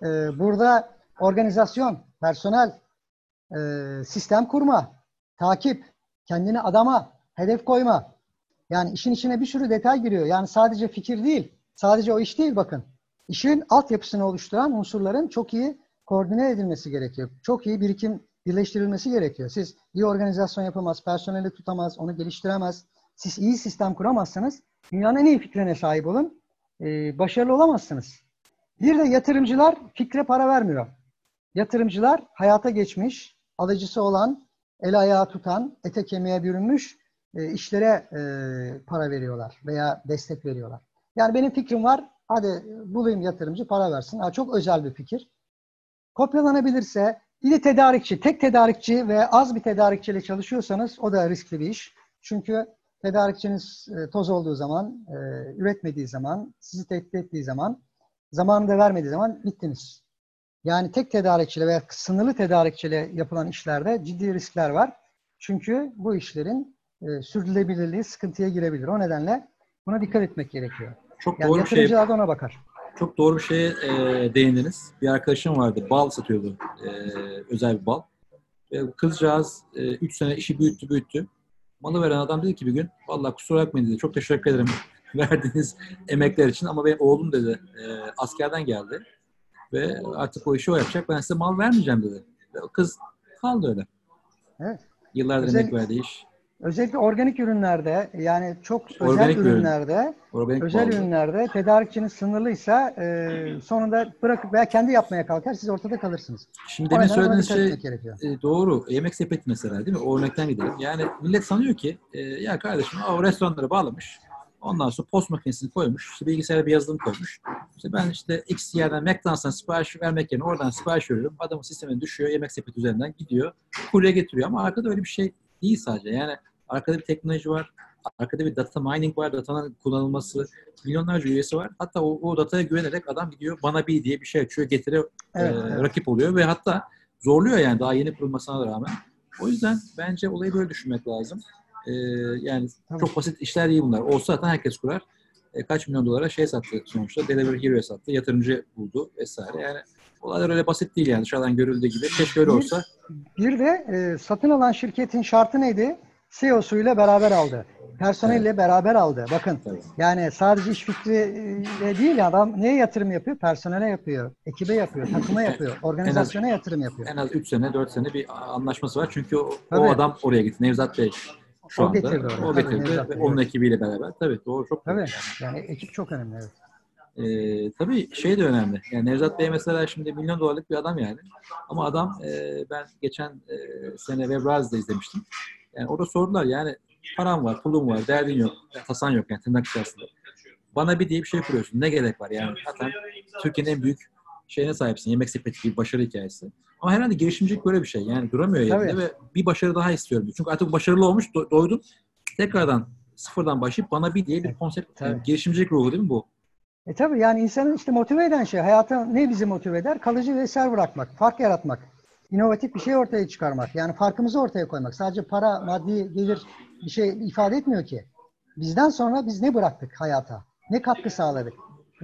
Speaker 2: e, burada organizasyon, personel, e, sistem kurma, takip, kendini adama, hedef koyma. Yani işin içine bir sürü detay giriyor. Yani sadece fikir değil, sadece o iş değil bakın. İşin altyapısını oluşturan unsurların çok iyi koordine edilmesi gerekiyor. Çok iyi birikim birleştirilmesi gerekiyor. Siz iyi organizasyon yapamaz, personeli tutamaz, onu geliştiremez. Siz iyi sistem kuramazsanız dünyanın en iyi fikrine sahip olun. Ee, başarılı olamazsınız. Bir de yatırımcılar fikre para vermiyor. Yatırımcılar hayata geçmiş, alıcısı olan, el ayağı tutan, ete kemiğe bürünmüş e, işlere e, para veriyorlar veya destek veriyorlar. Yani benim fikrim var, hadi bulayım yatırımcı para versin. Ha, çok özel bir fikir. Kopyalanabilirse, bir de tedarikçi, tek tedarikçi ve az bir tedarikçiyle çalışıyorsanız o da riskli bir iş. Çünkü tedarikçiniz e, toz olduğu zaman, e, üretmediği zaman, sizi tehdit ettiği zaman, zamanında vermediği zaman bittiniz. Yani tek tedarikçiyle veya sınırlı tedarikçiyle yapılan işlerde ciddi riskler var. Çünkü bu işlerin e, sürdürülebilirliği sıkıntıya girebilir. O nedenle buna dikkat etmek gerekiyor.
Speaker 1: Çok
Speaker 2: Yani
Speaker 1: doğru bir şey.
Speaker 2: yatırımcılar da ona bakar.
Speaker 1: Çok doğru bir şeye e, değindiniz. Bir arkadaşım vardı. Bal satıyordu. E, özel bir bal. Ve kızcağız üç sene işi büyüttü büyüttü. Malı veren adam dedi ki bir gün vallahi kusura bakmayın dedi. Çok teşekkür ederim verdiğiniz emekler için ama benim oğlum dedi e, askerden geldi. Ve artık o işi o yapacak. Ben size mal vermeyeceğim dedi. Ve o kız kaldı öyle.
Speaker 2: Evet.
Speaker 1: Yıllardır
Speaker 2: Özel,
Speaker 1: emek verdiği iş.
Speaker 2: Özellikle organik ürünlerde yani çok
Speaker 1: İşte
Speaker 2: özel
Speaker 1: organik
Speaker 2: ürünlerde
Speaker 1: ürün. Organik
Speaker 2: özel
Speaker 1: baldı.
Speaker 2: ürünlerde tedarikçiniz sınırlıysa e, sonunda bırakıp veya kendi yapmaya kalkar siz ortada kalırsınız.
Speaker 1: Şimdi
Speaker 2: O
Speaker 1: demin
Speaker 2: nedenle buna
Speaker 1: söylediğiniz
Speaker 2: dikkat
Speaker 1: şey
Speaker 2: etmek gerekiyor.
Speaker 1: e, doğru. Yemek sepeti mesela değil mi? O örnekten gidelim. Yani millet sanıyor ki e, ya kardeşim o restoranları bağlamış. Ondan sonra post makinesini koymuş. İşte bilgisayara bir yazılım koymuş. İşte ben işte X yerden McDonald's'tan sipariş vermek yerine oradan sipariş veriyorum. Adamın sistemine düşüyor. Yemek sepeti üzerinden gidiyor. Kurye getiriyor ama arkada öyle bir şey değil sadece. Yani arkada bir teknoloji var. Arkada bir data mining var. Datanın kullanılması. Milyonlarca üyesi var. Hatta o, o dataya güvenerek adam gidiyor. Bana bir diye bir şey açıyor. Getiriyor.
Speaker 2: Evet,
Speaker 1: E,
Speaker 2: evet.
Speaker 1: rakip oluyor ve hatta zorluyor yani daha yeni kurulmasına rağmen. O yüzden bence olayı böyle düşünmek lazım. Ee, yani
Speaker 2: Tabii.
Speaker 1: çok basit işler değil bunlar. Olsa zaten herkes kurar. E, kaç milyon dolara şey sattı sonuçta. Delivery Hero'ya sattı. Yatırımcı buldu vesaire. Yani olaylar öyle basit değil yani dışarıdan görüldüğü gibi. Keşke öyle
Speaker 2: Bir,
Speaker 1: olsa.
Speaker 2: bir de e, satın alan şirketin şartı neydi? C E O'suyla beraber aldı. Personeliyle
Speaker 1: Evet.
Speaker 2: beraber aldı. Bakın
Speaker 1: Tabii.
Speaker 2: yani sadece iş fikriyle değil adam neye yatırım yapıyor? Personele yapıyor, ekibe yapıyor, takıma yapıyor,
Speaker 1: En az
Speaker 2: organizasyona yatırım yapıyor.
Speaker 1: en az üç sene dört sene bir anlaşması var. Çünkü o, o
Speaker 2: Tabii.
Speaker 1: adam oraya gitti. Nevzat Bey şu
Speaker 2: O
Speaker 1: anda.
Speaker 2: getirdi oraya.
Speaker 1: O
Speaker 2: Tabii
Speaker 1: getirdi
Speaker 2: Nevzat
Speaker 1: ve
Speaker 2: Bey.
Speaker 1: onun
Speaker 2: Evet.
Speaker 1: ekibiyle beraber. Tabii doğru çok doğru.
Speaker 2: Tabii. Yani ekip çok önemli. Evet.
Speaker 1: Ee, tabii şey de önemli. Yani Nevzat Bey mesela şimdi milyon dolarlık bir adam yani. Ama adam e, ben geçen e, sene Webrazi'de izlemiştim. Yani orada sordular yani param var, pulum var, derdin yok, tasan yok yani tırnak içerisinde. Bana bir diye bir şey kuruyorsun. Ne gerek var yani? Zaten Türkiye'nin en büyük şeyine sahipsin. Yemek sepeti gibi başarı hikayesi. Ama herhalde girişimcilik böyle bir şey. Yani duramıyor yerinde
Speaker 2: Tabii.
Speaker 1: ve bir başarı daha istiyorum. Çünkü artık başarılı olmuş, do- doydum. Tekrardan sıfırdan başlayıp bana bir diye bir
Speaker 2: Evet.
Speaker 1: konsept.
Speaker 2: Tabii.
Speaker 1: Yani girişimcilik ruhu değil mi bu?
Speaker 2: E tabii yani insanın işte motive eden şey, hayata ne bizi motive eder? Kalıcı bir eser bırakmak, fark yaratmak, inovatif bir şey ortaya çıkarmak. Yani farkımızı ortaya koymak. Sadece para, maddi gelir bir şey ifade etmiyor ki. Bizden sonra biz ne bıraktık hayata? Ne katkı sağladık?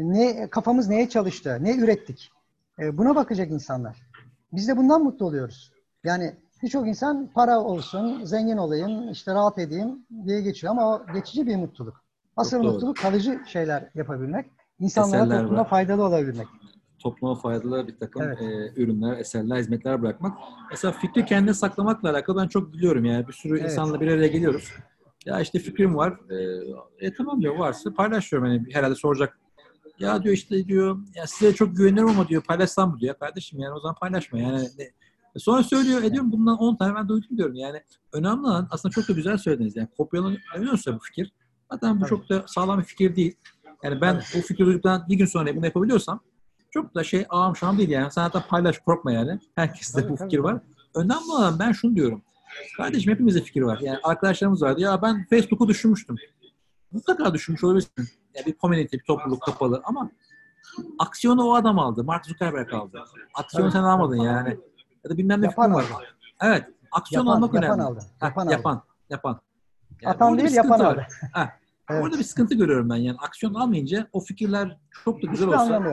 Speaker 2: Ne kafamız neye çalıştı? Ne ürettik? E, buna bakacak insanlar. Biz de bundan mutlu oluyoruz. Yani birçok insan para olsun, zengin olayım, işte rahat edeyim diye geçiyor ama o geçici bir mutluluk. Asıl
Speaker 1: Çok doğru.
Speaker 2: mutluluk kalıcı şeyler yapabilmek. İnsanlara,
Speaker 1: Eserler
Speaker 2: topluma
Speaker 1: var.
Speaker 2: faydalı olabilmek.
Speaker 1: Topluma faydalı bir takım
Speaker 2: Evet.
Speaker 1: e, ürünler, eserler, hizmetler bırakmak. Mesela fikri kendine saklamakla alakalı ben çok biliyorum yani. Bir sürü
Speaker 2: Evet.
Speaker 1: insanla bir araya geliyoruz. Ya işte fikrim var. E, e tamam diyor varsa paylaşıyorum. Yani herhalde soracak. Ya diyor işte diyor ya size çok güveniyorum ama diyor paylaşsam mı diyor. Kardeşim yani o zaman paylaşma yani. Ne? Sonra söylüyor ediyorum bundan on tane ben duydum diyorum. Yani önemli olan aslında çok da güzel söylediniz. Yani kopyalanıyorsa bu fikir. Zaten bu
Speaker 2: Tabii.
Speaker 1: çok da sağlam bir fikir değil. Yani ben
Speaker 2: Tabii.
Speaker 1: o fikri duyduktan bir gün sonra bunu yapabiliyorsam çok da şey ağam şam değil yani. Sen zaten paylaş korkma yani. Herkeste
Speaker 2: Tabii,
Speaker 1: bu
Speaker 2: tabii,
Speaker 1: fikir var.
Speaker 2: tabii.
Speaker 1: Önemli olan ben şunu diyorum. Kardeşim hepimizde fikir var. Yani arkadaşlarımız vardı. Ya ben Facebook'u düşünmüştüm. Mutlaka düşünmüş olabilirsin. Yani bir community, bir topluluk kapalı ama aksiyonu o adam aldı. Mark Zuckerberg aldı. Aksiyonu
Speaker 2: Tabii,
Speaker 1: sen
Speaker 2: tabii.
Speaker 1: almadın yani. Ya da bilmem ne
Speaker 2: Yapan
Speaker 1: fikrim var.
Speaker 2: aldı.
Speaker 1: Evet. Aksiyon
Speaker 2: Yapan,
Speaker 1: almak
Speaker 2: yapan
Speaker 1: önemli.
Speaker 2: aldı.
Speaker 1: Heh,
Speaker 2: Yapan aldı.
Speaker 1: yapan. Yapan. Yani
Speaker 2: Atan
Speaker 1: orada bir
Speaker 2: değil, yapan
Speaker 1: sıkıntı var.
Speaker 2: aldı.
Speaker 1: Heh. Orada bir
Speaker 2: Evet.
Speaker 1: sıkıntı görüyorum ben yani. Aksiyon almayınca o fikirler çok da güzel
Speaker 2: Hiçbir
Speaker 1: olsa
Speaker 2: anlamı yok.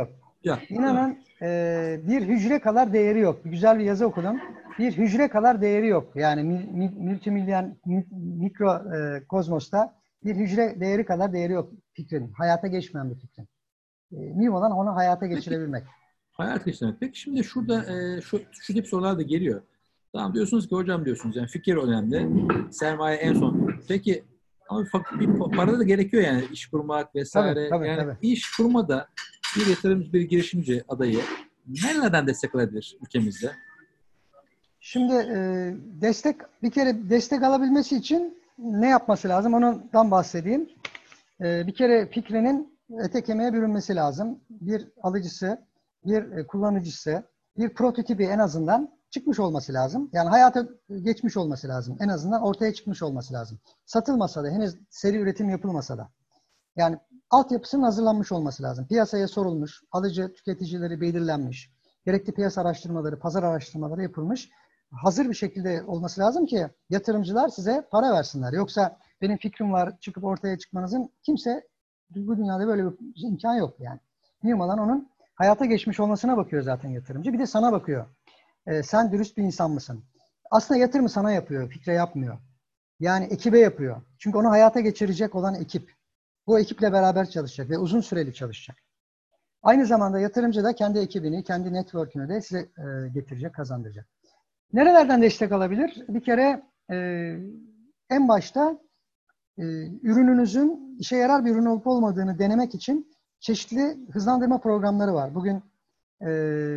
Speaker 1: Ya,
Speaker 2: İnanın e, bir hücre kadar değeri yok. Güzel bir yazı okudum. Bir hücre kadar değeri yok. Yani mi- mi- multimilyon mi- mikro e, kozmosta bir hücre değeri kadar değeri yok fikrin. Hayata geçmeyen bir fikrin. E, mühim olan onu hayata
Speaker 1: peki
Speaker 2: geçirebilmek.
Speaker 1: hayat geçirmek. Peki şimdi şurada e, şu, şu tip sorular da geliyor. Tamam diyorsunuz ki hocam diyorsunuz yani fikir önemli. Sermaye en son. Peki ama bir, fak- bir pa- para da gerekiyor yani iş kurmak
Speaker 2: Tabii,
Speaker 1: vesaire.
Speaker 2: tabii,
Speaker 1: Yani
Speaker 2: tabii.
Speaker 1: iş kurmada bir yatırımcı, bir girişimci adayı nerelerden destek alabilir ülkemizde?
Speaker 2: Şimdi e, destek bir kere destek alabilmesi için ne yapması lazım? Ondan bahsedeyim. E, bir kere fikrinin ete kemiğe bürünmesi lazım. Bir alıcısı, bir e, kullanıcısı, bir prototipi en azından çıkmış olması lazım. Yani hayata geçmiş olması lazım. En azından ortaya çıkmış olması lazım. Satılmasa da, henüz seri üretim yapılmasa da. Yani altyapısının hazırlanmış olması lazım. Piyasaya sorulmuş, alıcı tüketicileri belirlenmiş, gerekli piyasa araştırmaları, pazar araştırmaları yapılmış. Hazır bir şekilde olması lazım ki yatırımcılar size para versinler. Yoksa benim fikrim var çıkıp ortaya çıkmanızın kimse bu dünyada böyle bir imkan yok yani. Mühim olan onun hayata geçmiş olmasına bakıyor zaten yatırımcı. Bir de sana bakıyor. Ee, sen dürüst bir insan mısın? Aslında yatırımı sana yapıyor, fikre yapmıyor. Yani ekibe yapıyor. Çünkü onu hayata geçirecek olan ekip. Bu ekiple beraber çalışacak ve uzun süreli çalışacak. Aynı zamanda yatırımcı da kendi ekibini, kendi network'ünü de size e, getirecek, kazandıracak. Nerelerden destek alabilir? Bir kere e, en başta e, ürününüzün işe yarar bir ürün olup olmadığını denemek için çeşitli hızlandırma programları var. Bugün e,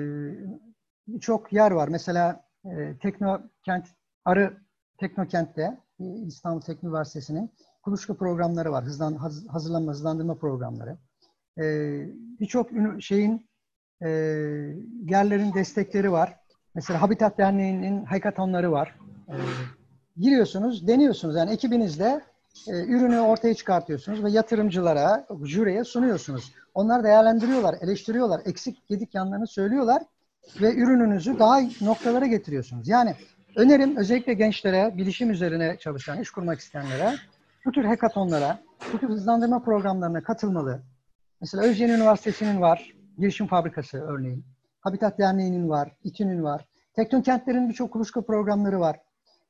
Speaker 2: birçok yer var. Mesela e, Teknokent, Arı Teknokent'te e, İstanbul Teknik Üniversitesi'nin kuluçka programları var. Hızlan, haz, hazırlanma, hızlandırma programları. E, birçok şeyin e, yerlerin destekleri var. Mesela Habitat Derneği'nin hackathonları var. E, giriyorsunuz, deniyorsunuz. Yani ekibinizle e, ürünü ortaya çıkartıyorsunuz ve yatırımcılara, jüriye sunuyorsunuz. Onlar değerlendiriyorlar, eleştiriyorlar, eksik gedik yanlarını söylüyorlar ve ürününüzü daha iyi noktalara getiriyorsunuz. Yani önerim özellikle gençlere, bilişim üzerine çalışan, iş kurmak isteyenlere bu tür hackathonlara, bu tür hızlandırma programlarına katılmalı. Mesela Özyeğin Üniversitesi'nin var, girişim fabrikası örneğin. Habitat Derneği'nin var, İTÜ'nün var. Teknokentlerin birçok kuluçka programları var.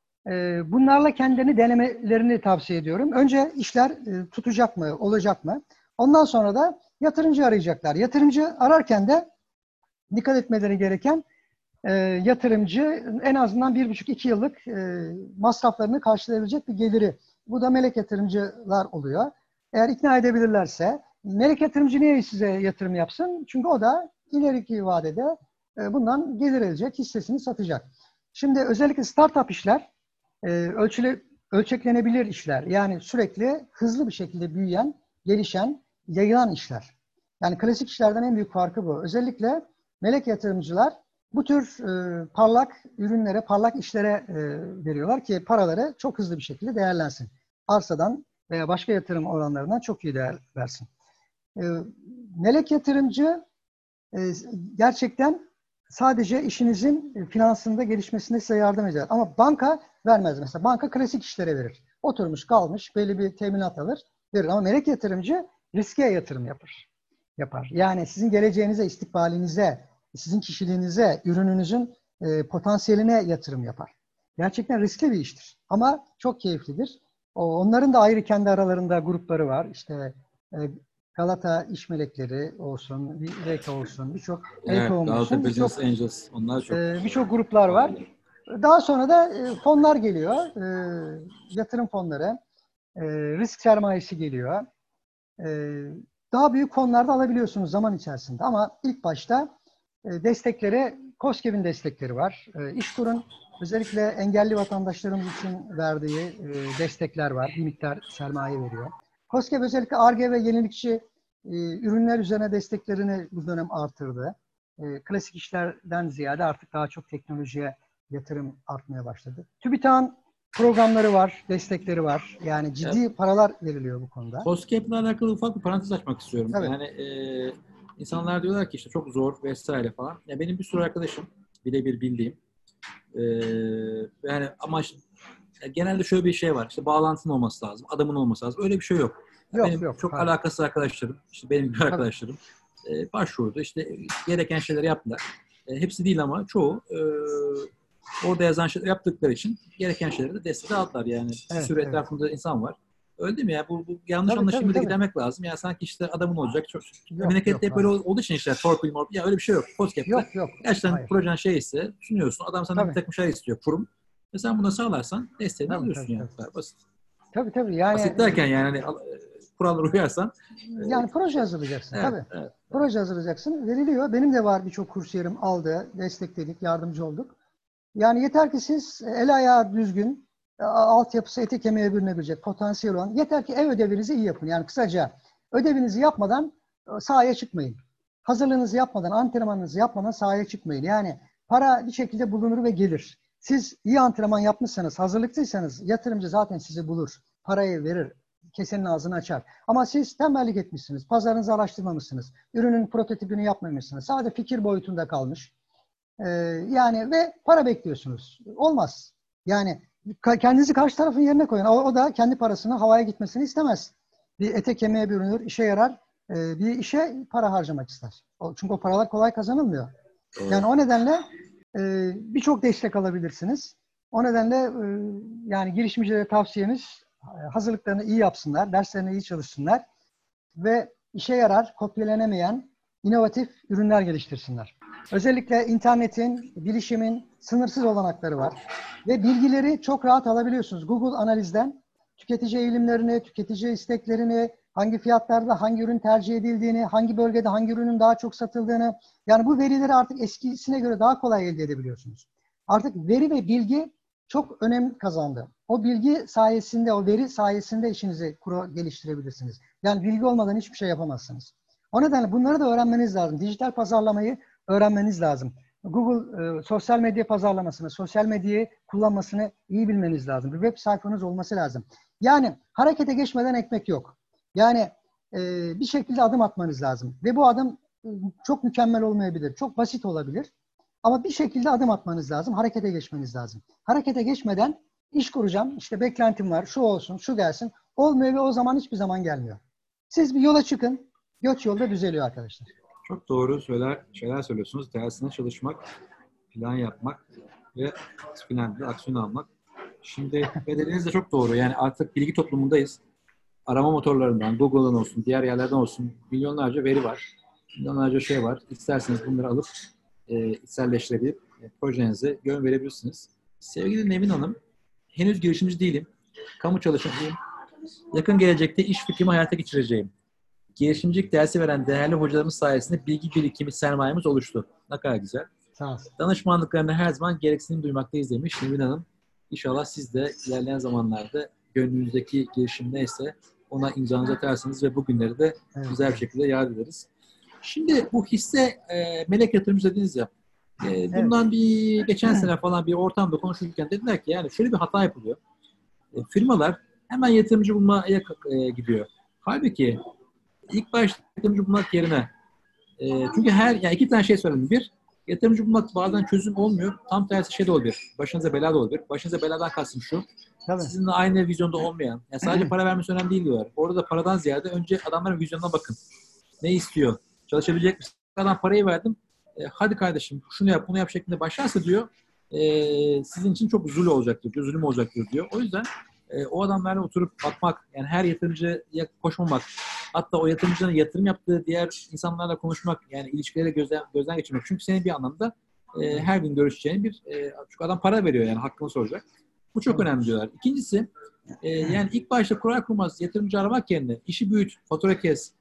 Speaker 2: Ee, bunlarla kendilerini denemelerini tavsiye ediyorum. Önce işler e, tutacak mı, olacak mı? Ondan sonra da yatırımcı arayacaklar. Yatırımcı ararken de dikkat etmeleri gereken e, yatırımcı en azından bir buçuk iki yıllık e, masraflarını karşılayabilecek bir geliri. Bu da melek yatırımcılar oluyor. Eğer ikna edebilirlerse, melek yatırımcı niye size yatırım yapsın? Çünkü o da ileriki vadede e, bundan gelir elde edecek, hissesini satacak. Şimdi özellikle startup işler, e, ölçüle, ölçeklenebilir işler. Yani sürekli hızlı bir şekilde büyüyen, gelişen, yayılan işler. Yani klasik işlerden en büyük farkı bu. Özellikle melek yatırımcılar bu tür e, parlak ürünlere, parlak işlere e, veriyorlar ki paraları çok hızlı bir şekilde değerlensin. Arsadan veya başka yatırım oranlarından çok iyi değer versin. E, melek yatırımcı e, gerçekten sadece işinizin e, finansında gelişmesine size yardım eder. Ama banka vermez mesela. Banka klasik işlere verir. Oturmuş kalmış belli bir teminat alır verir. Ama melek yatırımcı riske yatırım yapar. yapar. Yani sizin geleceğinize, istikbalinize, sizin kişiliğinize, ürününüzün e, potansiyeline yatırım yapar. Gerçekten riskli bir iştir. Ama çok keyiflidir. O, onların da ayrı kendi aralarında grupları var. İşte e, Galata İş Melekleri olsun, Reka olsun, birçok
Speaker 1: Evet,
Speaker 2: E-Tohum
Speaker 1: Galata
Speaker 2: olsun, birçok
Speaker 1: Business Angels onlar çok
Speaker 2: e, birçok gruplar var.
Speaker 1: pahalı.
Speaker 2: Daha sonra da e, fonlar geliyor, e, yatırım fonları, e, risk sermayesi geliyor. E, daha büyük fonlarda alabiliyorsunuz zaman içerisinde. Ama ilk başta e, destekleri, KOSGEB'in destekleri var. E, İşkur'un özellikle engelli vatandaşlarımız için verdiği e, destekler var. Bir miktar sermaye veriyor. KOSGEB özellikle Ar-Ge ve yenilikçi e, ürünler üzerine desteklerini bu dönem artırdı. E, klasik işlerden ziyade artık daha çok teknolojiye yatırım artmaya başladı. TÜBİTAK'ın programları var, destekleri var. Yani
Speaker 1: Ya,
Speaker 2: ciddi paralar veriliyor bu konuda.
Speaker 1: COSGAP'le alakalı ufak bir parantez açmak istiyorum.
Speaker 2: Evet.
Speaker 1: Yani e, insanlar diyorlar ki işte çok zor vesaire falan. Ya benim bir sürü arkadaşım birebir bildiğim e, yani ama işte, ya genelde şöyle bir şey var. İşte bağlantının olması lazım, adamın olması lazım. Öyle bir şey yok. Ya
Speaker 2: Yok
Speaker 1: benim
Speaker 2: yok.
Speaker 1: çok
Speaker 2: Hayır.
Speaker 1: alakasız arkadaşlarım, işte benim gibi
Speaker 2: Tabii.
Speaker 1: arkadaşlarım. E, başvurdu. İşte gereken şeyleri yaptılar. E, hepsi değil ama çoğu e, orada yazan şeyleri yaptıkları için gereken şeyleri de desteğe aldılar. Yani bir
Speaker 2: Evet,
Speaker 1: sürü
Speaker 2: evet.
Speaker 1: etrafında insan var. Öyle değil mi ya? Bu, bu yanlış
Speaker 2: Tabii, tabii,
Speaker 1: anlaşılmayı da
Speaker 2: tabii.
Speaker 1: gidermek lazım. Yani sanki işte adamın olacak. Çok,
Speaker 2: Yok,
Speaker 1: memlekette
Speaker 2: yok,
Speaker 1: hep böyle
Speaker 2: hayır.
Speaker 1: olduğu için işte torpil morpil. Ya öyle bir şey yok. KOSGEB'te
Speaker 2: Yok, yok,
Speaker 1: gerçekten
Speaker 2: hayır.
Speaker 1: projen şeyse sunuyorsun. Adam senden bir
Speaker 2: Tabii,
Speaker 1: takım şey istiyor. Kurum. Ve sen bunu sağlarsan desteğini
Speaker 2: tabii, tabii,
Speaker 1: alıyorsun yani.
Speaker 2: tabii.
Speaker 1: Bu kadar basit.
Speaker 2: Tabii, tabii. Yani
Speaker 1: Basit derken yani hani, e, kurallara uyarsan e,
Speaker 2: yani proje
Speaker 1: şey.
Speaker 2: hazırlayacaksın.
Speaker 1: Evet,
Speaker 2: Tabii.
Speaker 1: evet.
Speaker 2: Proje hazırlayacaksın. Veriliyor. Benim de var birçok kursiyerim aldı, destekledik, yardımcı olduk. Yani yeter ki siz el ayağı düzgün, a- altyapısı ete kemiğe bürünebilecek potansiyel olan, yeter ki ev ödevinizi iyi yapın. Yani kısaca ödevinizi yapmadan e, sahaya çıkmayın. Hazırlığınızı yapmadan, antrenmanınızı yapmadan sahaya çıkmayın. Yani para bir şekilde bulunur ve gelir. Siz iyi antrenman yapmışsanız, hazırlıklıysanız yatırımcı zaten sizi bulur. Parayı verir, kesenin ağzını açar. Ama siz tembellik etmişsiniz, pazarınızı araştırmamışsınız, ürünün prototipini yapmamışsınız. Sadece fikir boyutunda kalmış. Ee, yani ve para bekliyorsunuz. Olmaz. Yani kendinizi karşı tarafın yerine koyun. O, o da kendi parasını havaya gitmesini istemez. Bir ete kemiğe bürünür, işe yarar. Ee, bir işe para harcamak ister. O, çünkü o paralar kolay kazanılmıyor. Yani
Speaker 1: Doğru.
Speaker 2: o nedenle e, birçok destek alabilirsiniz. O nedenle e, yani girişimcilere tavsiyemiz e, hazırlıklarını iyi yapsınlar, derslerine iyi çalışsınlar ve işe yarar, kopyalanemeyen inovatif ürünler geliştirsinler. Özellikle internetin, bilişimin sınırsız olanakları var. Ve bilgileri çok rahat alabiliyorsunuz. Google analizden tüketici eğilimlerini, tüketici isteklerini, hangi fiyatlarda hangi ürün tercih edildiğini, hangi bölgede hangi ürünün daha çok satıldığını, yani bu verileri artık eskisine göre daha kolay elde edebiliyorsunuz. Artık veri ve bilgi çok önem kazandı. O bilgi sayesinde, o veri sayesinde işinizi kuru geliştirebilirsiniz. Yani bilgi olmadan hiçbir şey yapamazsınız. O nedenle bunları da öğrenmeniz lazım. Dijital pazarlamayı öğrenmeniz lazım. Google e, sosyal medya pazarlamasını, sosyal medyayı kullanmasını iyi bilmeniz lazım. Bir web sayfanız olması lazım. Yani harekete geçmeden ekmek yok. Yani e, bir şekilde adım atmanız lazım. Ve bu adım e, çok mükemmel olmayabilir, çok basit olabilir. Ama bir şekilde adım atmanız lazım, harekete geçmeniz lazım. Harekete geçmeden iş kuracağım, işte beklentim var, şu olsun, şu gelsin. Olmuyor ve o zaman hiçbir zaman gelmiyor. Siz bir yola çıkın, göç yolda düzeliyor arkadaşlar.
Speaker 1: Çok doğru söyler, şeyler söylüyorsunuz. Dersine çalışmak, plan yapmak ve finalde aksiyon almak. Şimdi dediğiniz de çok doğru. Yani artık bilgi toplumundayız. Arama motorlarından, Google'dan olsun, diğer yerlerden olsun milyonlarca veri var. Milyonlarca şey var. İsterseniz bunları alıp e, içselleştirebilip e, projenize yön verebilirsiniz. Sevgili Nevin Hanım, henüz girişimci değilim. Kamu çalışanıyım. Yakın gelecekte iş fikrimi hayata geçireceğim. Girişimcilik dersi veren değerli hocalarımız sayesinde bilgi birikimi sermayemiz oluştu. Ne kadar güzel.
Speaker 2: Sağ olsun.
Speaker 1: Danışmanlıklarını her zaman gereksinim duymaktayız demiş Nevin Hanım. İnşallah siz de ilerleyen zamanlarda gönlünüzdeki girişim neyse ona imzanızı atarsınız ve bugünleri de
Speaker 2: Evet,
Speaker 1: güzel bir
Speaker 2: evet.
Speaker 1: şekilde yad ederiz. Şimdi bu hisse e, melek yatırımcı dediniz ya. E,
Speaker 2: Evet.
Speaker 1: bundan bir geçen sene falan bir ortamda konuşurken dediler ki yani şöyle bir hata yapılıyor. E, firmalar hemen yatırımcı bulmaya e, gidiyor. Halbuki ilk başta yatırımcı bulmak yerine e, çünkü her yani iki tane şey söyledim. Bir, yatırımcı bulmak bazen çözüm olmuyor. Tam tersi şey de olabilir. Başınıza bela da olabilir. Başınıza beladan kastım şu.
Speaker 2: Tabii.
Speaker 1: Sizinle aynı vizyonda olmayan. Yani sadece para vermesi önemli değil diyorlar. Orada da paradan ziyade önce adamların vizyonuna bakın. Ne istiyor? Çalışabilecek misin? Adam parayı verdim. E, hadi kardeşim şunu yap bunu yap şeklinde başlarsa diyor e, sizin için çok zulüm olacaktır. Diyor, zulüm olacaktır diyor. O yüzden e, o adamlarla oturup bakmak yani her yatırımcıya koşmamak hatta o yatırımcının yatırım yaptığı diğer insanlarla konuşmak yani ilişkileri gözden, gözden geçirmek. Çünkü senin bir anlamda e, her gün görüşeceğin bir e, çünkü adam para veriyor yani hakkını soracak. Bu çok
Speaker 2: Tabii.
Speaker 1: önemli diyorlar. İkincisi e, yani ilk başta kurar kurmaz yatırımcı aramak yerine işi büyüt, fatura kes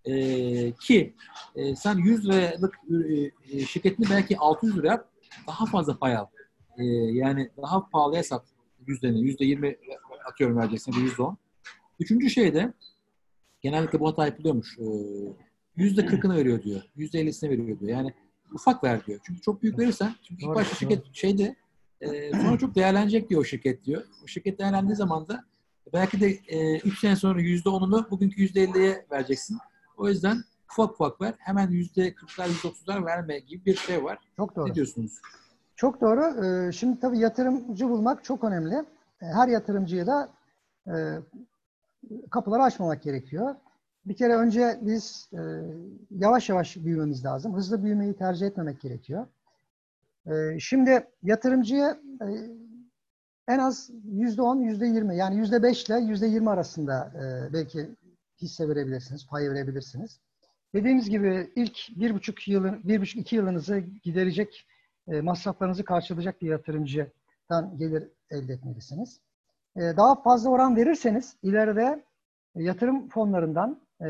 Speaker 1: e, ki e, sen yüz liralık e, şirketini belki altı yüz lira yap daha fazla pay al. E, yani daha pahalıya sat yüzdeni. Yüzde yirmi atıyorum vereceksin. Yüzde on. Üçüncü şey de genellikle bu hata yapılıyormuş. E, yüzde kırkını veriyor diyor. Yüzde ellisini veriyor diyor. Yani ufak ver diyor. Çünkü çok büyük verirsen çünkü ilk
Speaker 2: Doğru,
Speaker 1: başta
Speaker 2: doğru.
Speaker 1: şirket şeyde e, sonra çok değerlenecek diyor o şirket diyor. O şirket değerlendiği zaman da belki de e, üç sene sonra yüzde onunu bugünkü yüzde elliye vereceksin. O yüzden ufak ufak ver. Hemen yüzde kırklar, yüzde otuzlar verme gibi bir şey var.
Speaker 2: Çok
Speaker 1: Ne
Speaker 2: doğru.
Speaker 1: diyorsunuz?
Speaker 2: Çok doğru. Ee, Şimdi tabii yatırımcı bulmak çok önemli. Ee, Her yatırımcıya da e, kapıları açmamak gerekiyor. bir kere önce biz e, yavaş yavaş büyümemiz lazım. Hızlı büyümeyi tercih etmemek gerekiyor. E, şimdi yatırımcıya e, en az yüzde on, yüzde yirmi yani yüzde beş ile yüzde yirmi arasında e, belki hisse verebilirsiniz, pay verebilirsiniz. Dediğimiz gibi ilk bir buçuk yılın, bir buçuk iki yılınızı giderecek, e, masraflarınızı karşılayacak bir yatırımcıdan gelir elde etmelisiniz. E, daha fazla oran verirseniz ileride e, yatırım fonlarından, e,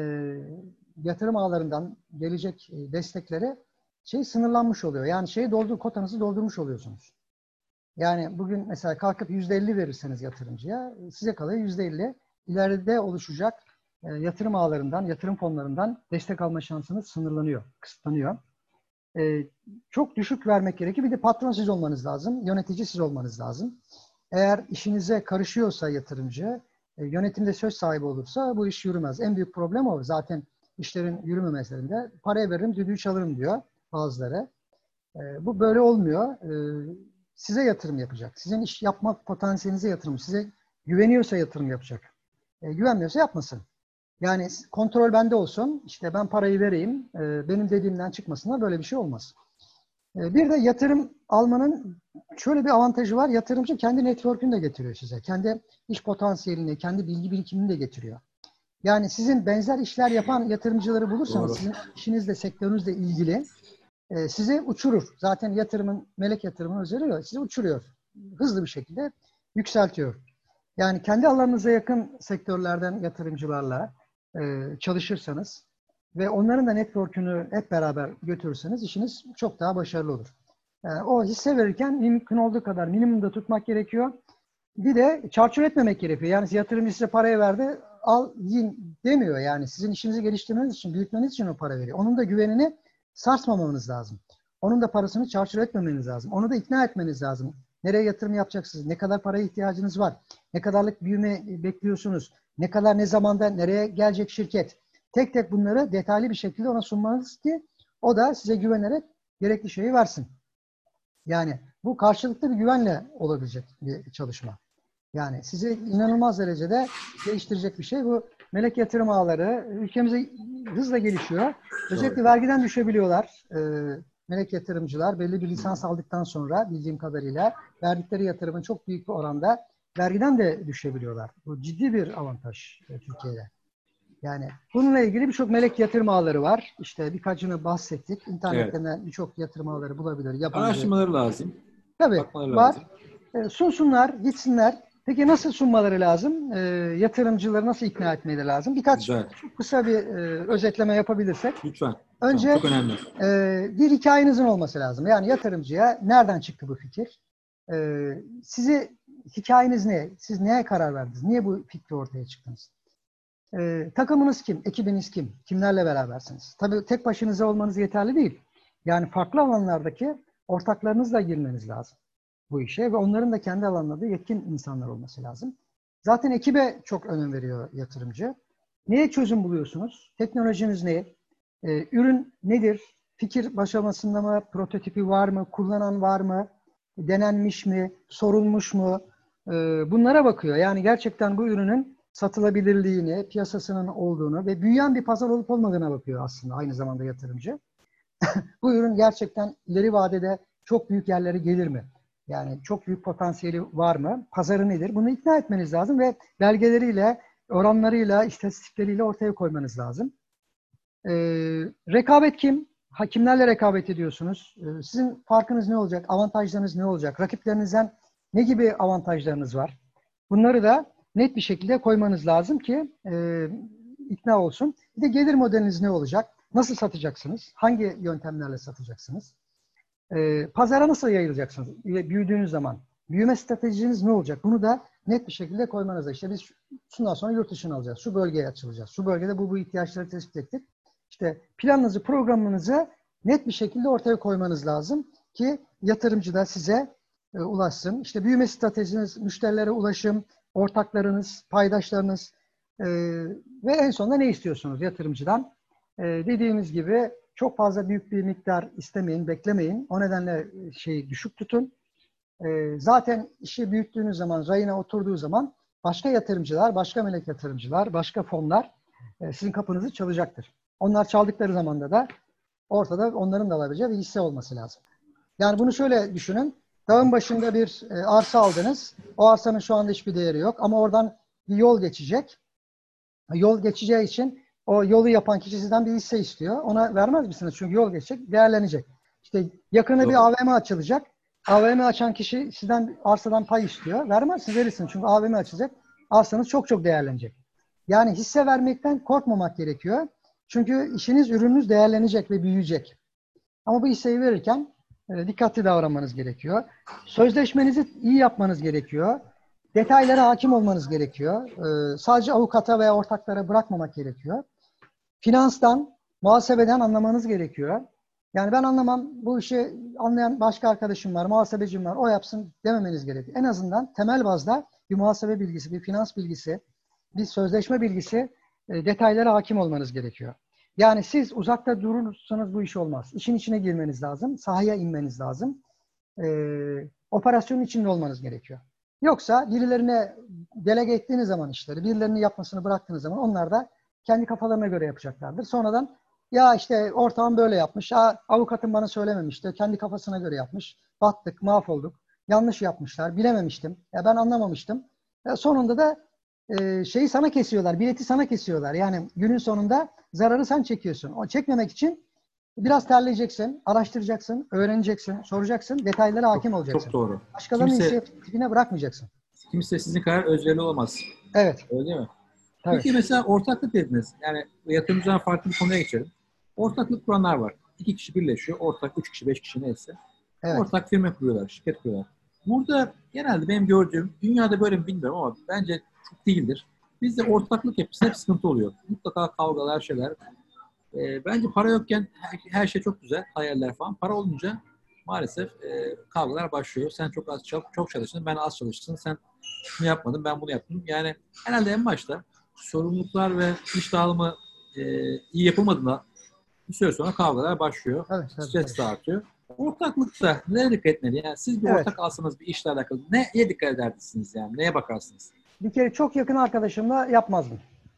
Speaker 2: yatırım ağlarından gelecek e, destekleri şey sınırlanmış oluyor. Yani şeyi doldur, kotanızı doldurmuş oluyorsunuz. Yani bugün mesela kalkıp yüzde elli verirseniz yatırımcıya, size kalıyor yüzde elli. İleride oluşacak e, yatırım ağlarından, yatırım fonlarından destek alma şansınız sınırlanıyor, kısıtlanıyor. E, çok düşük vermek gerekiyor. Bir de patron siz olmanız lazım, yönetici siz olmanız lazım. Eğer işinize karışıyorsa yatırımcı, e, yönetimde söz sahibi olursa bu iş yürümez. En büyük problem o. Zaten işlerin yürümemesinde parayı veririm, düdüğü çalarım diyor bazıları. E, bu böyle olmuyor. E, size yatırım yapacak. Sizin iş yapma potansiyelinize yatırım. Size güveniyorsa yatırım yapacak. E, güvenmiyorsa yapmasın. Yani kontrol bende olsun. İşte ben parayı vereyim. E, benim dediğimden çıkmasınlar. Böyle bir şey olmaz. E, bir de yatırım almanın şöyle bir avantajı var. Yatırımcı kendi network'ünü de getiriyor size. Kendi iş potansiyelini, kendi bilgi birikimini de getiriyor. Yani sizin benzer işler yapan yatırımcıları bulursanız,
Speaker 1: Doğru.
Speaker 2: sizin işinizle, sektörünüzle ilgili e, sizi uçurur. Zaten yatırımın, melek yatırımın özelliği o. Sizi uçuruyor. Hızlı bir şekilde yükseltiyor. Yani kendi alanınıza yakın sektörlerden yatırımcılarla e, çalışırsanız ve onların da network'ünü hep beraber götürürseniz işiniz çok daha başarılı olur. Yani o hisse verirken mümkün olduğu kadar minimumda tutmak gerekiyor. Bir de çarçur etmemek gerekiyor. Yani yatırımcı size parayı verdi, al yiyin demiyor. Yani sizin işinizi geliştirmeniz için, büyütmeniz için o para veriyor. Onun da güvenini sarsmamanız lazım. Onun da parasını çarçur etmemeniz lazım. Onu da ikna etmeniz lazım. Nereye yatırım yapacaksınız? Ne kadar paraya ihtiyacınız var? Ne kadarlık büyüme bekliyorsunuz? Ne kadar, ne zamanda, nereye gelecek şirket? Tek tek bunları detaylı bir şekilde ona sunmanız ki o da size güvenerek gerekli şeyi versin. Yani bu karşılıklı bir güvenle olabilecek bir çalışma. Yani sizi inanılmaz derecede geliştirecek bir şey. Bu melek yatırım ağları ülkemize hızla gelişiyor. Özellikle vergiden düşebiliyorlar. Ee, melek yatırımcılar belli bir lisans aldıktan sonra bildiğim kadarıyla verdikleri yatırımın çok büyük bir oranda vergiden de düşebiliyorlar. Bu ciddi bir avantaj e, Türkiye'de. Yani bununla ilgili birçok melek yatırım ağları var. İşte birkaçını bahsettik.
Speaker 1: Evet.
Speaker 2: İnternetten birçok yatırım ağları bulabilir. Yabancı.
Speaker 1: Araştırmaları lazım.
Speaker 2: Tabii
Speaker 1: Bakmaları
Speaker 2: var.
Speaker 1: lazım.
Speaker 2: E, sunsunlar, gitsinler. Peki nasıl sunmaları lazım? E, yatırımcıları nasıl ikna etmeleri lazım? Birkaç
Speaker 1: Güzel.
Speaker 2: çok kısa bir e, özetleme yapabilirsek.
Speaker 1: Lütfen.
Speaker 2: Önce
Speaker 1: Tamam, çok önemli.
Speaker 2: e, bir hikayenizin olması lazım. Yani yatırımcıya nereden çıktı bu fikir? E, sizi hikayeniz ne? Siz neye karar verdiniz? Niye bu fikri ortaya çıktınız? E, takımınız kim? Ekibiniz kim? Kimlerle berabersiniz? Tabii tek başınıza olmanız yeterli değil. Yani farklı alanlardaki ortaklarınızla girmeniz lazım bu işe ve onların da kendi alanlarında yetkin insanlar olması lazım. Zaten ekibe çok önem veriyor yatırımcı. Neye çözüm buluyorsunuz? Teknolojiniz ne? Ee, ürün nedir? Fikir aşamasında mı? Prototipi var mı? Kullanan var mı? Denenmiş mi? Sorulmuş mu? Ee, bunlara bakıyor. Yani gerçekten bu ürünün satılabilirliğini, piyasasının olduğunu ve büyüyen bir pazar olup olmadığına bakıyor aslında aynı zamanda yatırımcı. Bu ürün gerçekten ileri vadede çok büyük yerlere gelir mi? Yani çok büyük potansiyeli var mı? Pazarı nedir? Bunu ikna etmeniz lazım ve belgeleriyle, oranlarıyla, istatistikleriyle ortaya koymanız lazım. Ee, rekabet kim? Ha, kimlerle rekabet ediyorsunuz? Ee, sizin farkınız ne olacak? Avantajlarınız ne olacak? Rakiplerinizden ne gibi avantajlarınız var? Bunları da net bir şekilde koymanız lazım ki e, ikna olsun. Bir de gelir modeliniz ne olacak? Nasıl satacaksınız? Hangi yöntemlerle satacaksınız? Ee, pazara nasıl yayılacaksınız? Büyüdüğünüz zaman. Büyüme stratejiniz ne olacak? Bunu da net bir şekilde koymanız lazım. İşte biz şundan sonra yurt dışına alacağız. Şu bölgeye açılacağız. Şu bölgede bu bu ihtiyaçları tespit ettik. İşte planınızı, programınızı net bir şekilde ortaya koymanız lazım ki yatırımcı da size e, ulaşsın. İşte büyüme stratejiniz, müşterilere ulaşım, ortaklarınız, paydaşlarınız e, ve en sonunda ne istiyorsunuz yatırımcıdan? E, dediğimiz gibi çok fazla büyük bir miktar istemeyin, beklemeyin. O nedenle şeyi düşük tutun. E, zaten işi büyüttüğünüz zaman, rayına oturduğu zaman başka yatırımcılar, başka melek yatırımcılar, başka fonlar e, sizin kapınızı çalacaktır. Onlar çaldıkları zamanda da ortada onların da alabileceği bir hisse olması lazım. Yani bunu şöyle düşünün. Dağın başında bir e, arsa aldınız. O arsanın şu anda hiçbir değeri yok. Ama oradan bir yol geçecek. Yol geçeceği için o yolu yapan kişi sizden bir hisse istiyor. Ona vermez misiniz? Çünkü yol geçecek, değerlenecek. İşte yakında bir
Speaker 1: Doğru.
Speaker 2: A V M açılacak. A V M açan kişi sizden arsadan pay istiyor. Vermezsiniz, verirsiniz. Çünkü A V M açacak. Arsanız çok çok değerlenecek. Yani hisse vermekten korkmamak gerekiyor. Çünkü işiniz, ürününüz değerlenecek ve büyüyecek. Ama bu hisseyi verirken e, dikkatli davranmanız gerekiyor. Sözleşmenizi iyi yapmanız gerekiyor. Detaylara hakim olmanız gerekiyor. E, sadece avukata veya ortaklara bırakmamak gerekiyor. Finanstan, muhasebeden anlamanız gerekiyor. Yani ben anlamam, bu işi anlayan başka arkadaşım var, muhasebecim var, o yapsın dememeniz gerekiyor. En azından temel bazda bir muhasebe bilgisi, bir finans bilgisi, bir sözleşme bilgisi, e, detaylara hakim olmanız gerekiyor. Yani siz uzakta durursanız bu iş olmaz. İşin içine girmeniz lazım, sahaya inmeniz lazım. E, operasyonun içinde olmanız gerekiyor. Yoksa birilerine delege ettiğiniz zaman işleri, birilerinin yapmasını bıraktığınız zaman onlar da kendi kafalarına göre yapacaklardır. Sonradan ya işte ortağım böyle yapmış, ha, avukatım bana söylememişti, kendi kafasına göre yapmış, battık, mahvolduk, yanlış yapmışlar, bilememiştim, ya ben anlamamıştım. Ya sonunda da e, şeyi sana kesiyorlar, bileti sana kesiyorlar. Yani günün sonunda zararı sen çekiyorsun. O çekmemek için biraz terleyeceksin, araştıracaksın, öğreneceksin, soracaksın, detaylara hakim
Speaker 1: Çok, çok
Speaker 2: olacaksın.
Speaker 1: doğru.
Speaker 2: Başkalarının
Speaker 1: Kimse
Speaker 2: inisiyatifine bırakmayacaksın.
Speaker 1: kimse sizin kadar özverili olamaz.
Speaker 2: Evet,
Speaker 1: Öyle değil mi?
Speaker 2: tabii.
Speaker 1: Peki mesela ortaklık dediniz. Yani yatırımcıdan farklı bir konuya geçelim. Ortaklık kuranlar var. İki kişi birleşiyor. Ortak, üç kişi, beş kişi neyse.
Speaker 2: Evet.
Speaker 1: Ortak firma kuruyorlar, şirket kuruyorlar. Burada genelde benim gördüğüm, dünyada böyle mi bilmiyorum ama bence çok değildir. Bizde ortaklık yapısı hep sıkıntı oluyor. Mutlaka kavgalar, şeyler. E, bence para yokken her, her şey çok güzel, hayaller falan. Para olunca maalesef e, kavgalar başlıyor. Sen çok az çok, çok çalıştın, ben az çalıştım. Sen şunu yapmadın, ben bunu yaptım. Yani herhalde en başta sorumluluklar ve iş dağılımı e, iyi yapılmadığında bir süre sonra kavgalar başlıyor.
Speaker 2: Tabii, tabii,
Speaker 1: Stres de
Speaker 2: tabii.
Speaker 1: artıyor. Ortaklıkta neye dikkat etmeli? Yani siz bir
Speaker 2: Evet.
Speaker 1: ortak alsanız bir işle alakalı neye dikkat edersiniz yani? Neye bakarsınız?
Speaker 2: Bir kere çok yakın arkadaşımla yapmazdım.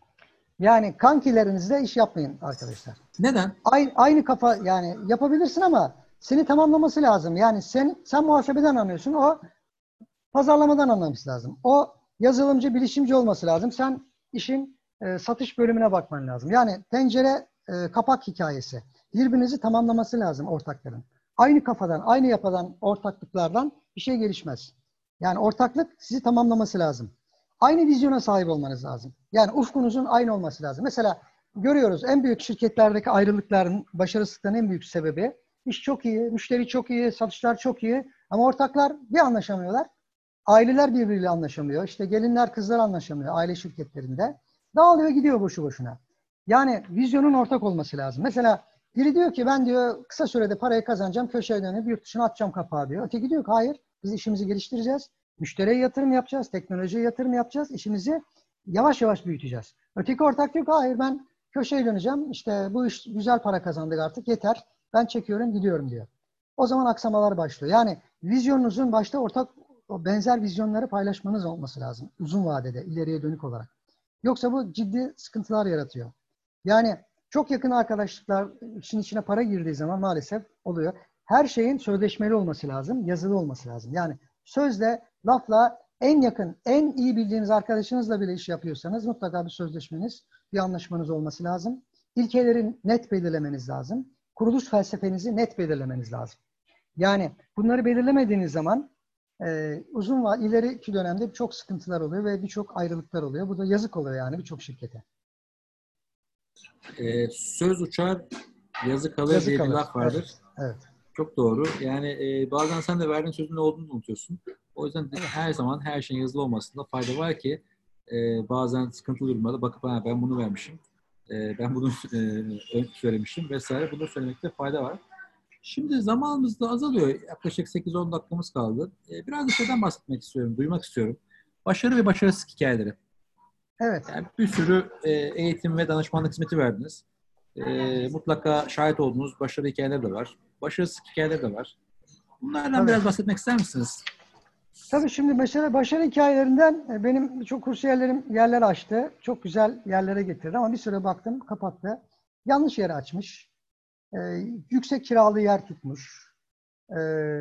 Speaker 2: Yani kankilerinizle iş yapmayın arkadaşlar.
Speaker 1: Neden?
Speaker 2: Aynı, aynı kafa, yani yapabilirsin ama seni tamamlaması lazım. Yani sen sen muhasebeden anlıyorsun. O pazarlamadan anlaması lazım. O yazılımcı, bilişimci olması lazım. Sen işin e, satış bölümüne bakman lazım. Yani tencere e, kapak hikayesi. Birbirinizi tamamlaması lazım ortakların. Aynı kafadan, aynı yapıdan ortaklıklardan bir şey gelişmez. Yani ortaklık sizi tamamlaması lazım. Aynı vizyona sahip olmanız lazım. Yani ufkunuzun aynı olması lazım. Mesela görüyoruz en büyük şirketlerdeki ayrılıkların, başarısızlıkların en büyük sebebi iş çok iyi, müşteri çok iyi, satışlar çok iyi ama ortaklar bir anlaşamıyorlar. Aileler birbiriyle anlaşamıyor. İşte gelinler kızlar anlaşamıyor aile şirketlerinde. Dağılıyor gidiyor boşu boşuna. Yani vizyonun ortak olması lazım. Mesela biri diyor ki ben diyor kısa sürede parayı kazanacağım, köşeye dönüp yurt dışına atacağım kapağı diyor. Öteki diyor ki hayır, biz işimizi geliştireceğiz. Müşteriye yatırım yapacağız, teknolojiye yatırım yapacağız. İşimizi yavaş yavaş büyüteceğiz. Öteki ortak diyor ki hayır ben köşeye döneceğim. İşte bu iş güzel para kazandık artık yeter. Ben çekiyorum gidiyorum diyor. O zaman aksamalar başlıyor. Yani vizyonunuzun başta ortak o benzer vizyonları paylaşmanız olması lazım. Uzun vadede, ileriye dönük olarak. Yoksa bu ciddi sıkıntılar yaratıyor. Yani çok yakın arkadaşlıklar işin içine para girdiği zaman maalesef oluyor. Her şeyin sözleşmeli olması lazım, yazılı olması lazım. Yani sözle, lafla en yakın, en iyi bildiğiniz arkadaşınızla bile iş yapıyorsanız mutlaka bir sözleşmeniz, bir anlaşmanız olması lazım. İlkeleri net belirlemeniz lazım. Kuruluş felsefenizi net belirlemeniz lazım. Yani bunları belirlemediğiniz zaman e, uzun va ileriki dönemde çok sıkıntılar oluyor ve birçok ayrılıklar oluyor. Bu da yazık oluyor yani birçok şirkete.
Speaker 1: E, söz uçar, yazı kalır
Speaker 2: Yazık
Speaker 1: diye bir
Speaker 2: kalır.
Speaker 1: laf
Speaker 2: Evet.
Speaker 1: vardır.
Speaker 2: Evet.
Speaker 1: Çok doğru. Yani e, bazen sen de verdiğin sözün ne olduğunu unutuyorsun. O yüzden
Speaker 2: Evet.
Speaker 1: her zaman her şeyin yazılı olmasında fayda var ki e, bazen sıkıntılı durumlarda bakıp ha, ben bunu vermişim, e, ben bunu e, söylemişim vesaire. Bunu söylemekte fayda var. Şimdi zamanımız da azalıyor. Yaklaşık sekiz on dakikamız kaldı. E, biraz da şeyden bahsetmek istiyorum, duymak istiyorum. Başarı ve başarısız hikayeleri.
Speaker 2: Evet.
Speaker 1: Yani bir sürü e, eğitim ve danışmanlık hizmeti verdiniz. E, mutlaka şahit olduğunuz başarı hikayeleri de var. Başarısız hikayeler de var. Bunlardan
Speaker 2: Tabii.
Speaker 1: biraz bahsetmek ister misiniz?
Speaker 2: Tabii şimdi mesela başarı hikayelerinden e, benim çok kursiyerlerim yerler açtı. Çok güzel yerlere getirdi ama bir süre baktım kapattı. Yanlış yere açmış. E, yüksek kiralı yer tutmuş. E,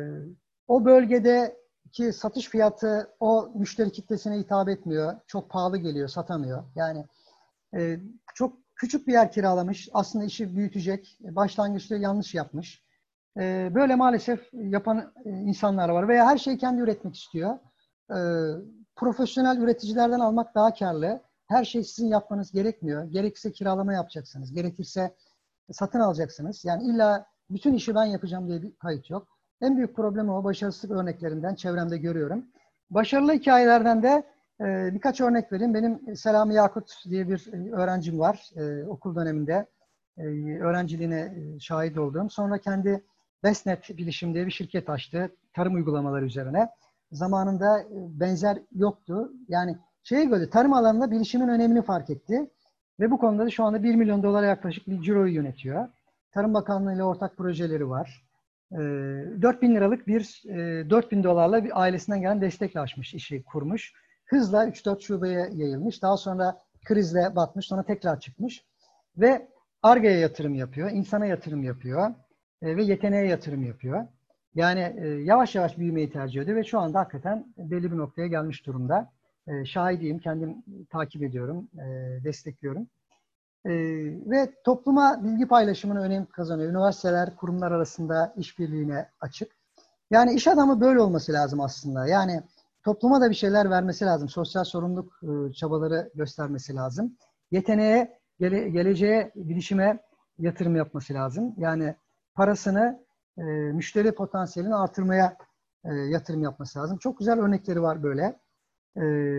Speaker 2: O bölgedeki satış fiyatı o müşteri kitlesine hitap etmiyor. Çok pahalı geliyor, satamıyor. Yani e, çok küçük bir yer kiralamış. Aslında işi büyütecek. Başlangıçta yanlış yapmış. E, böyle maalesef yapan e, insanlar var. Veya her şeyi kendi üretmek istiyor. E, Profesyonel üreticilerden almak daha karlı. Her şeyi sizin yapmanız gerekmiyor. Gerekirse kiralama yapacaksınız. Gerekirse satın alacaksınız. Yani illa bütün işi ben yapacağım diye bir kayıt yok. En büyük problemi o başarısızlık örneklerinden çevremde görüyorum. Başarılı hikayelerden de e, birkaç örnek vereyim. Benim Selami Yakut diye bir e, öğrencim var. E, okul döneminde e, öğrenciliğine e, şahit olduğum. Sonra kendi Besnet Bilişim diye bir şirket açtı. Tarım uygulamaları üzerine. Zamanında e, benzer yoktu. Yani şeye göre tarım alanında bilişimin önemini fark etti. Ve bu konuda da şu anda bir milyon dolara yaklaşık bir ciroyu yönetiyor. Tarım Bakanlığı ile ortak projeleri var. E, dört bin liralık bir e, dört bin dolarla bir ailesinden gelen destekle açmış, işi kurmuş. Hızla üç dört şubeye yayılmış. Daha sonra krizle batmış, sonra tekrar çıkmış. Ve Ar-Ge'ye yatırım yapıyor, insana yatırım yapıyor e, ve yeteneğe yatırım yapıyor. Yani e, yavaş yavaş büyümeyi tercih ediyor ve şu anda hakikaten belli bir noktaya gelmiş durumda. E, şahidiyim, kendim takip ediyorum, e, destekliyorum. E, Ve topluma bilgi paylaşımına önem kazanıyor. Üniversiteler, kurumlar arasında işbirliğine açık. Yani iş adamı böyle olması lazım aslında. Yani topluma da bir şeyler vermesi lazım. Sosyal sorumluluk e, çabaları göstermesi lazım. Yeteneğe, gele, geleceğe, bilişime yatırım yapması lazım. Yani parasını, e, müşteri potansiyelini artırmaya e, yatırım yapması lazım. Çok güzel örnekleri var böyle. E,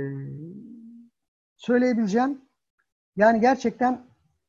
Speaker 2: Söyleyebileceğim. Yani gerçekten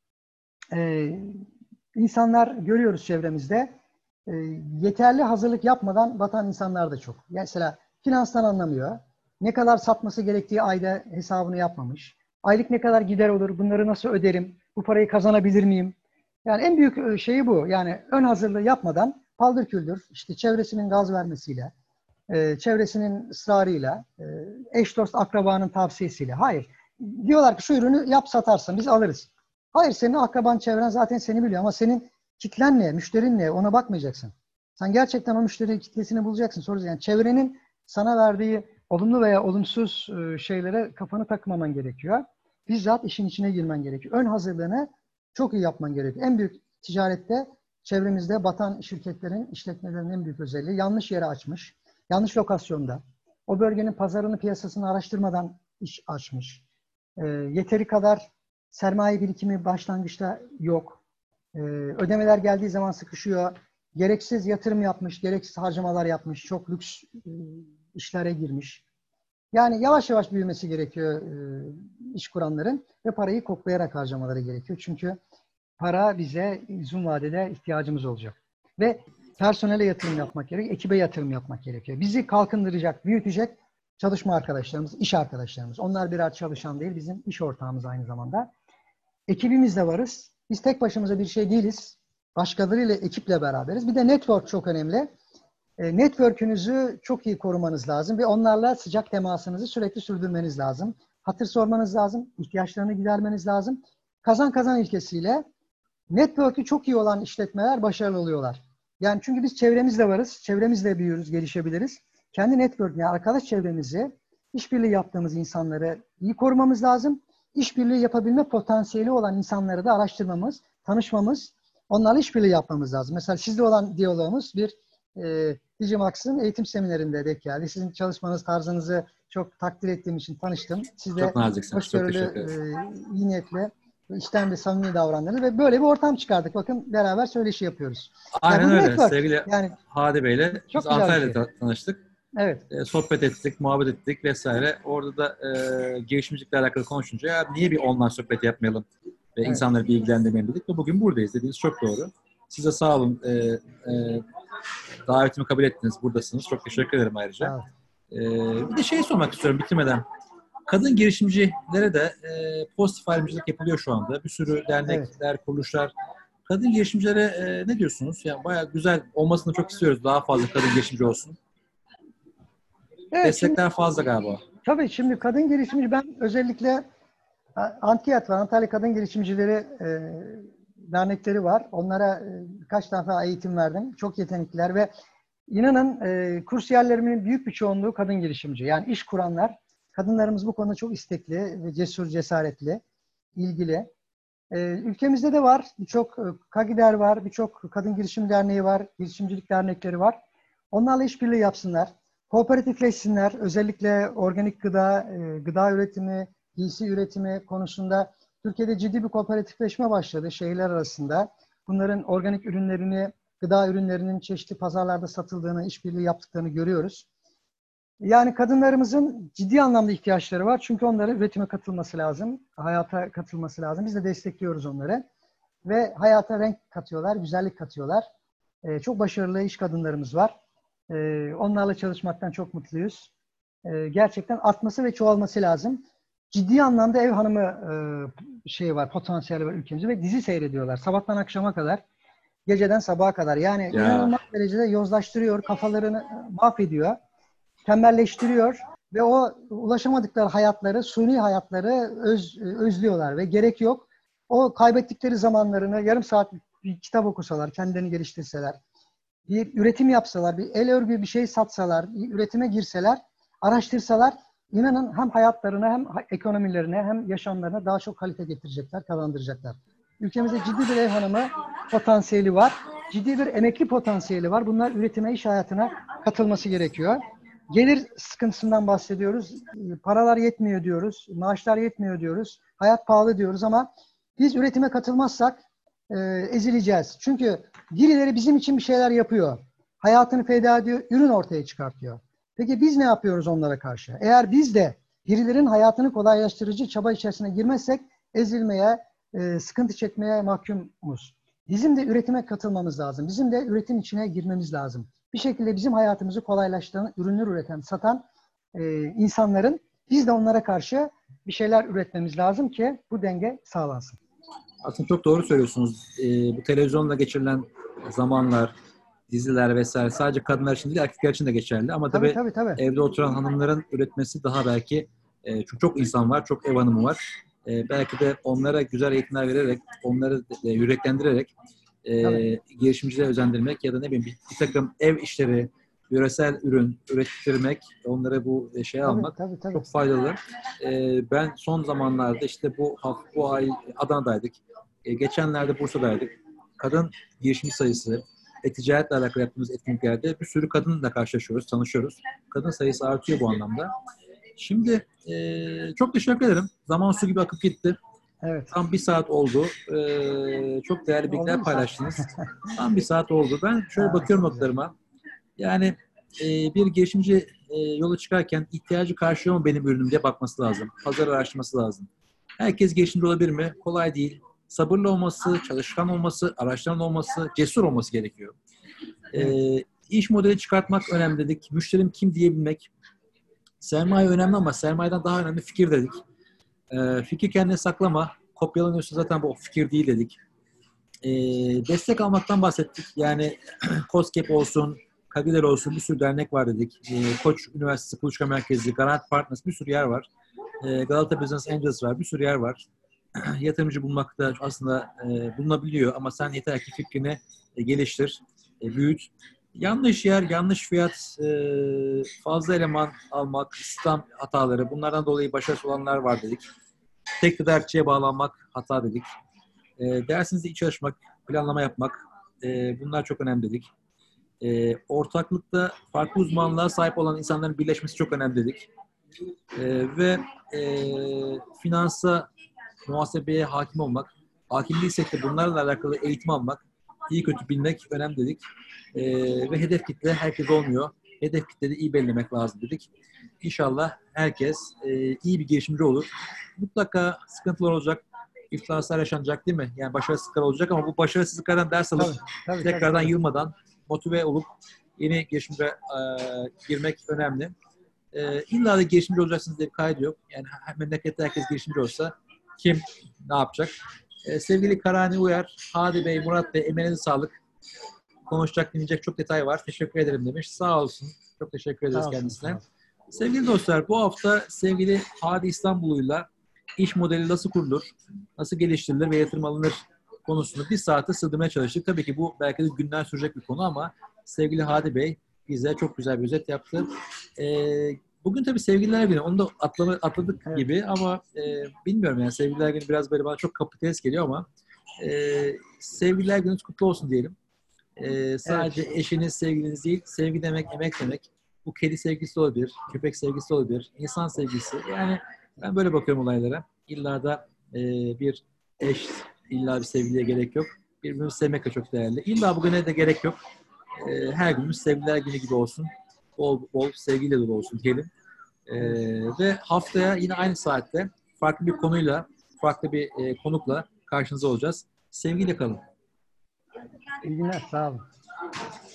Speaker 2: e, insanlar görüyoruz çevremizde. E, yeterli hazırlık yapmadan batan insanlar da çok. Mesela finanstan anlamıyor. Ne kadar satması gerektiği ayda hesabını yapmamış. Aylık ne kadar gider olur, bunları nasıl öderim, bu parayı kazanabilir miyim? Yani en büyük şeyi bu. Yani ön hazırlığı yapmadan paldır küldür, işte çevresinin gaz vermesiyle, e, çevresinin ısrarıyla, e, eş dost akrabanın tavsiyesiyle. Hayır. Diyorlar ki şu ürünü yap satarsın, biz alırız. Hayır, senin akraban çevren zaten seni biliyor ama senin kitlen ne, müşterin ne, ona bakmayacaksın. Sen gerçekten o müşteri kitlesini bulacaksın. Soracaksın. Yani çevrenin sana verdiği olumlu veya olumsuz şeylere kafanı takmaman gerekiyor. Bizzat işin içine girmen gerekiyor. Ön hazırlığını çok iyi yapman gerekiyor. En büyük ticarette çevremizde batan şirketlerin, işletmelerin en büyük özelliği yanlış yere açmış, yanlış lokasyonda, o bölgenin pazarını, piyasasını araştırmadan iş açmış. E, yeteri kadar sermaye birikimi başlangıçta yok. Ee, ödemeler geldiği zaman sıkışıyor. Gereksiz yatırım yapmış, gereksiz harcamalar yapmış, çok lüks e, işlere girmiş. Yani yavaş yavaş büyümesi gerekiyor e, iş kuranların ve parayı koklayarak harcamaları gerekiyor. Çünkü para bize uzun vadede ihtiyacımız olacak. Ve personele yatırım yapmak gerekiyor, ekibe yatırım yapmak gerekiyor. Bizi kalkındıracak, büyütecek çalışma arkadaşlarımız, iş arkadaşlarımız. Onlar birer çalışan değil, bizim iş ortağımız aynı zamanda. Ekibimizle varız. Biz tek başımıza bir şey değiliz. Başkalarıyla, ekiple beraberiz. Bir de network çok önemli. E, network'ünüzü çok iyi korumanız lazım ve onlarla sıcak temasınızı sürekli sürdürmeniz lazım. Hatır sormanız lazım, ihtiyaçlarını gidermeniz lazım. Kazan kazan ilkesiyle network'ü çok iyi olan işletmeler başarılı oluyorlar. Yani çünkü biz çevremizle varız, çevremizle büyüyoruz, gelişebiliriz. Kendi network, yani arkadaş çevremizi, işbirliği yaptığımız insanları iyi korumamız lazım. İşbirliği yapabilme potansiyeli olan insanları da araştırmamız, tanışmamız, onlarla işbirliği yapmamız lazım. Mesela sizle olan diyalogumuz bir e, Digimax'ın eğitim seminerinde denk geldi. Sizin çalışmanız, tarzınızı çok takdir ettiğim için tanıştım. Siz de
Speaker 1: Çok naziksiniz. Çok
Speaker 2: hoşgörülü,
Speaker 1: teşekkür
Speaker 2: e,
Speaker 1: ederim.
Speaker 2: iyi niyetle, içten ve samimi davrandınız ve böyle bir ortam çıkardık. Bakın beraber söyleşi yapıyoruz. Yani
Speaker 1: Aynen
Speaker 2: bu bir
Speaker 1: öyle.
Speaker 2: network.
Speaker 1: Sevgili
Speaker 2: Yani
Speaker 1: Hadi Bey'le biz
Speaker 2: çok güzel bir
Speaker 1: Antalya'da
Speaker 2: şey.
Speaker 1: ta- tanıştık.
Speaker 2: Evet.
Speaker 1: E, sohbet ettik, muhabbet ettik vesaire. Orada da e, girişimcilikle alakalı konuşunca ya niye bir online sohbet yapmayalım ve
Speaker 2: Evet.
Speaker 1: insanları bilgilendirmeyelim dedik ve bugün buradayız dediğiniz çok doğru. Size sağ olun. E, e, davetimi kabul ettiniz. Buradasınız. Çok teşekkür ederim ayrıca.
Speaker 2: Sağ olun.
Speaker 1: E, bir de şey sormak istiyorum bitirmeden. Kadın girişimcilere de e, pozitif ayrımcılık yapılıyor şu anda. Bir sürü
Speaker 2: Evet.
Speaker 1: dernekler, kuruluşlar. Kadın girişimcilere e, ne diyorsunuz? Yani bayağı güzel olmasını çok istiyoruz. Daha fazla kadın girişimci olsun.
Speaker 2: Evet, şimdi
Speaker 1: Destekler fazla galiba.
Speaker 2: tabii şimdi kadın girişimci, ben özellikle Antiyat var, Antalya Kadın Girişimcileri e, dernekleri var. Onlara e, birkaç defa eğitim verdim. Çok yetenekliler ve inanın e, kursiyerlerimin büyük bir çoğunluğu kadın girişimci. Yani iş kuranlar, kadınlarımız bu konuda çok istekli ve cesur, cesaretli, ilgili. E, ülkemizde de var, birçok e, KAGİDER var, birçok kadın girişim derneği var, girişimcilik dernekleri var. Onlarla işbirliği yapsınlar, kooperatifleşsinler. Özellikle organik gıda, e, gıda üretimi, giysi üretimi konusunda Türkiye'de ciddi bir kooperatifleşme başladı şehirler arasında. Bunların organik ürünlerini, gıda ürünlerinin çeşitli pazarlarda satıldığını, işbirliği yaptıklarını görüyoruz. Yani kadınlarımızın ciddi anlamda ihtiyaçları var. Çünkü onların üretime katılması lazım, hayata katılması lazım. Biz de destekliyoruz onları. Ve hayata renk katıyorlar, güzellik katıyorlar. Ee, çok başarılı iş kadınlarımız var. Ee, onlarla çalışmaktan çok mutluyuz. Ee, gerçekten artması ve çoğalması lazım. Ciddi anlamda ev hanımı e, şey var, potansiyeli var ülkemizde ve dizi seyrediyorlar. Sabahtan akşama kadar, geceden sabaha kadar. Yani
Speaker 1: Ya
Speaker 2: inanılmaz derecede yozlaştırıyor, kafalarını e, mahvediyor, tembelleştiriyor ve o ulaşamadıkları hayatları, suni hayatları öz, özlüyorlar ve gerek yok. O kaybettikleri zamanlarını yarım saat bir kitap okusalar, kendilerini geliştirseler, bir üretim yapsalar, bir el örgü bir şey satsalar, bir üretime girseler, araştırsalar, inanın hem hayatlarına hem ekonomilerine hem yaşamlarına daha çok kalite getirecekler, kazandıracaklar. Ülkemizde ciddi bir ev hanımı potansiyeli var. Ciddi bir emekli potansiyeli var. Bunlar üretime, iş hayatına katılması gerekiyor. Gelir sıkıntısından bahsediyoruz. Paralar yetmiyor diyoruz. Maaşlar yetmiyor diyoruz. Hayat pahalı diyoruz ama biz üretime katılmazsak e, ezileceğiz. Çünkü birileri bizim için bir şeyler yapıyor. Hayatını feda ediyor, ürün ortaya çıkartıyor. Peki biz ne yapıyoruz onlara karşı? Eğer biz de birilerinin hayatını kolaylaştırıcı çaba içerisine girmezsek ezilmeye, e, sıkıntı çekmeye mahkumuz. Bizim de üretime katılmamız lazım. Bizim de üretim içine girmemiz lazım. Bir şekilde bizim hayatımızı kolaylaştıran, ürünler üreten, satan e, insanların biz de onlara karşı bir şeyler üretmemiz lazım ki bu denge sağlansın.
Speaker 1: aslında çok doğru söylüyorsunuz. Ee, bu televizyonda geçirilen zamanlar, diziler vesaire sadece kadınlar için değil erkekler için de geçerli. Ama
Speaker 2: Tabii
Speaker 1: tabii
Speaker 2: tabii tabii.
Speaker 1: evde oturan hanımların üretmesi daha belki e, çünkü çok insan var, çok ev hanımı var. E, belki de onlara güzel eğitimler vererek, onları e, yüreklendirerek e,
Speaker 2: Tabii.
Speaker 1: girişimciliğe özendirmek ya da ne bileyim bir, bir takım ev işleri, yöresel ürün ürettirmek, onlara bu şey
Speaker 2: Tabii
Speaker 1: almak
Speaker 2: tabii tabii.
Speaker 1: çok faydalı. E, ben son zamanlarda işte bu bu ay Adana'daydık. E, geçenlerde Bursa'daydık. Kadın girişimci sayısı, e-ticaretle alakalı yaptığımız etkinliklerde bir sürü kadınla karşılaşıyoruz, tanışıyoruz. Kadın sayısı artıyor bu anlamda. Şimdi e, çok teşekkür ederim. Zaman su gibi akıp gitti.
Speaker 2: Evet.
Speaker 1: Tam bir saat oldu. E, çok değerli
Speaker 2: Oldu
Speaker 1: bilgiler
Speaker 2: mu saat?
Speaker 1: paylaştınız. Tam bir saat oldu. Ben şöyle
Speaker 2: Aa,
Speaker 1: bakıyorum
Speaker 2: çok güzel.
Speaker 1: notlarıma. Yani e, bir girişimci e, yola çıkarken ihtiyacı karşılıyor mu benim ürünüm diye bakması lazım. Pazar araştırması lazım. Herkes girişimci olabilir mi? Kolay değil. Sabırlı olması, çalışkan olması, araştıran olması, cesur olması gerekiyor. E,
Speaker 2: Evet.
Speaker 1: iş modeli çıkartmak önemli dedik. Müşterim kim diyebilmek. Sermaye önemli ama sermayeden daha önemli fikir dedik. E, fikir kendine saklama. Kopyalanıyorsa zaten bu fikir değil dedik. E, destek almaktan bahsettik. Yani KOSGEB olsun, KAGİDER olsun bir sürü dernek var dedik. E, Koç Üniversitesi Kuluçka Merkezi, Garanti Partners bir sürü yer var. E, Galata Business Angels var, bir sürü yer var. Yatırımcı bulmakta aslında e, bulunabiliyor ama sen yeter ki fikrini e, geliştir, e, büyüt. Yanlış yer, yanlış fiyat, e, fazla eleman almak, istihdam hataları bunlardan dolayı başarısız olanlar var dedik. Tek tedarikçiye bağlanmak hata dedik. E, dersinizde iyi çalışmak, planlama yapmak e, bunlar çok önemli dedik. E, ortaklıkta farklı uzmanlığa sahip olan insanların birleşmesi çok önemli dedik. E, ve e, finansa, muhasebeye hakim olmak, hakim değilsek de bunlarla alakalı eğitim almak, iyi kötü bilmek önemli dedik. E, ve hedef kitle herkes olmuyor. Hedef kitleri iyi belirlemek lazım dedik. İnşallah herkes e, iyi bir girişimci olur. Mutlaka sıkıntılar olacak, iflaslar yaşanacak değil mi? Yani başarısızlıklar olacak ama bu başarısızlıklardan ders alıp
Speaker 2: Tabii. Tabii tabii
Speaker 1: tekrardan
Speaker 2: tabii.
Speaker 1: yılmadan motive olup yeni girişimlere e, girmek önemli. E, illa da girişimci olacaksınız diye bir kaydı yok. Yani memlekette herkes girişimci olsa kim ne yapacak? E, sevgili Karani Uyar, Hadi Bey, Murat Bey, emeğinize sağlık. Konuşacak, dinleyecek çok detay var. Teşekkür ederim demiş. Sağ olsun. Çok teşekkür ederiz
Speaker 2: Sağ olsun.
Speaker 1: kendisine.
Speaker 2: Sağ olsun.
Speaker 1: Sevgili dostlar, bu hafta sevgili Hadi İstanbul'uyla iş modeli nasıl kurulur, nasıl geliştirilir ve yatırım alınır konusunu bir saate sığdırmaya çalıştık. Tabii ki bu belki de günler sürecek bir konu ama sevgili Hadi Bey bize çok güzel bir özet yaptı. Ee, bugün tabii Sevgililer Günü, onu da atlama, atladık
Speaker 2: Evet.
Speaker 1: gibi ama e, bilmiyorum yani Sevgililer Günü biraz böyle bana çok kapitalist geliyor ama e, Sevgililer Gününüz kutlu olsun diyelim. Ee, sadece
Speaker 2: Evet.
Speaker 1: eşiniz, sevgiliniz değil, sevgi demek, emek demek. Bu kedi sevgisi olabilir, köpek sevgisi olabilir, insan sevgisi. Yani ben böyle bakıyorum olaylara. İlla da e, bir eş, illa bir sevgiliye gerek yok. Birbirimizi sevmek de çok değerli. İlla bugüne de gerek yok. E, her günümüz sevgililer günü gibi olsun. Bol bol sevgiyle dolu olsun diyelim. E,
Speaker 2: Evet.
Speaker 1: ve haftaya yine aynı saatte farklı bir konuyla, farklı bir e, konukla karşınızda olacağız. Sevgiyle kalın.
Speaker 2: İyi günler. Sağ olun.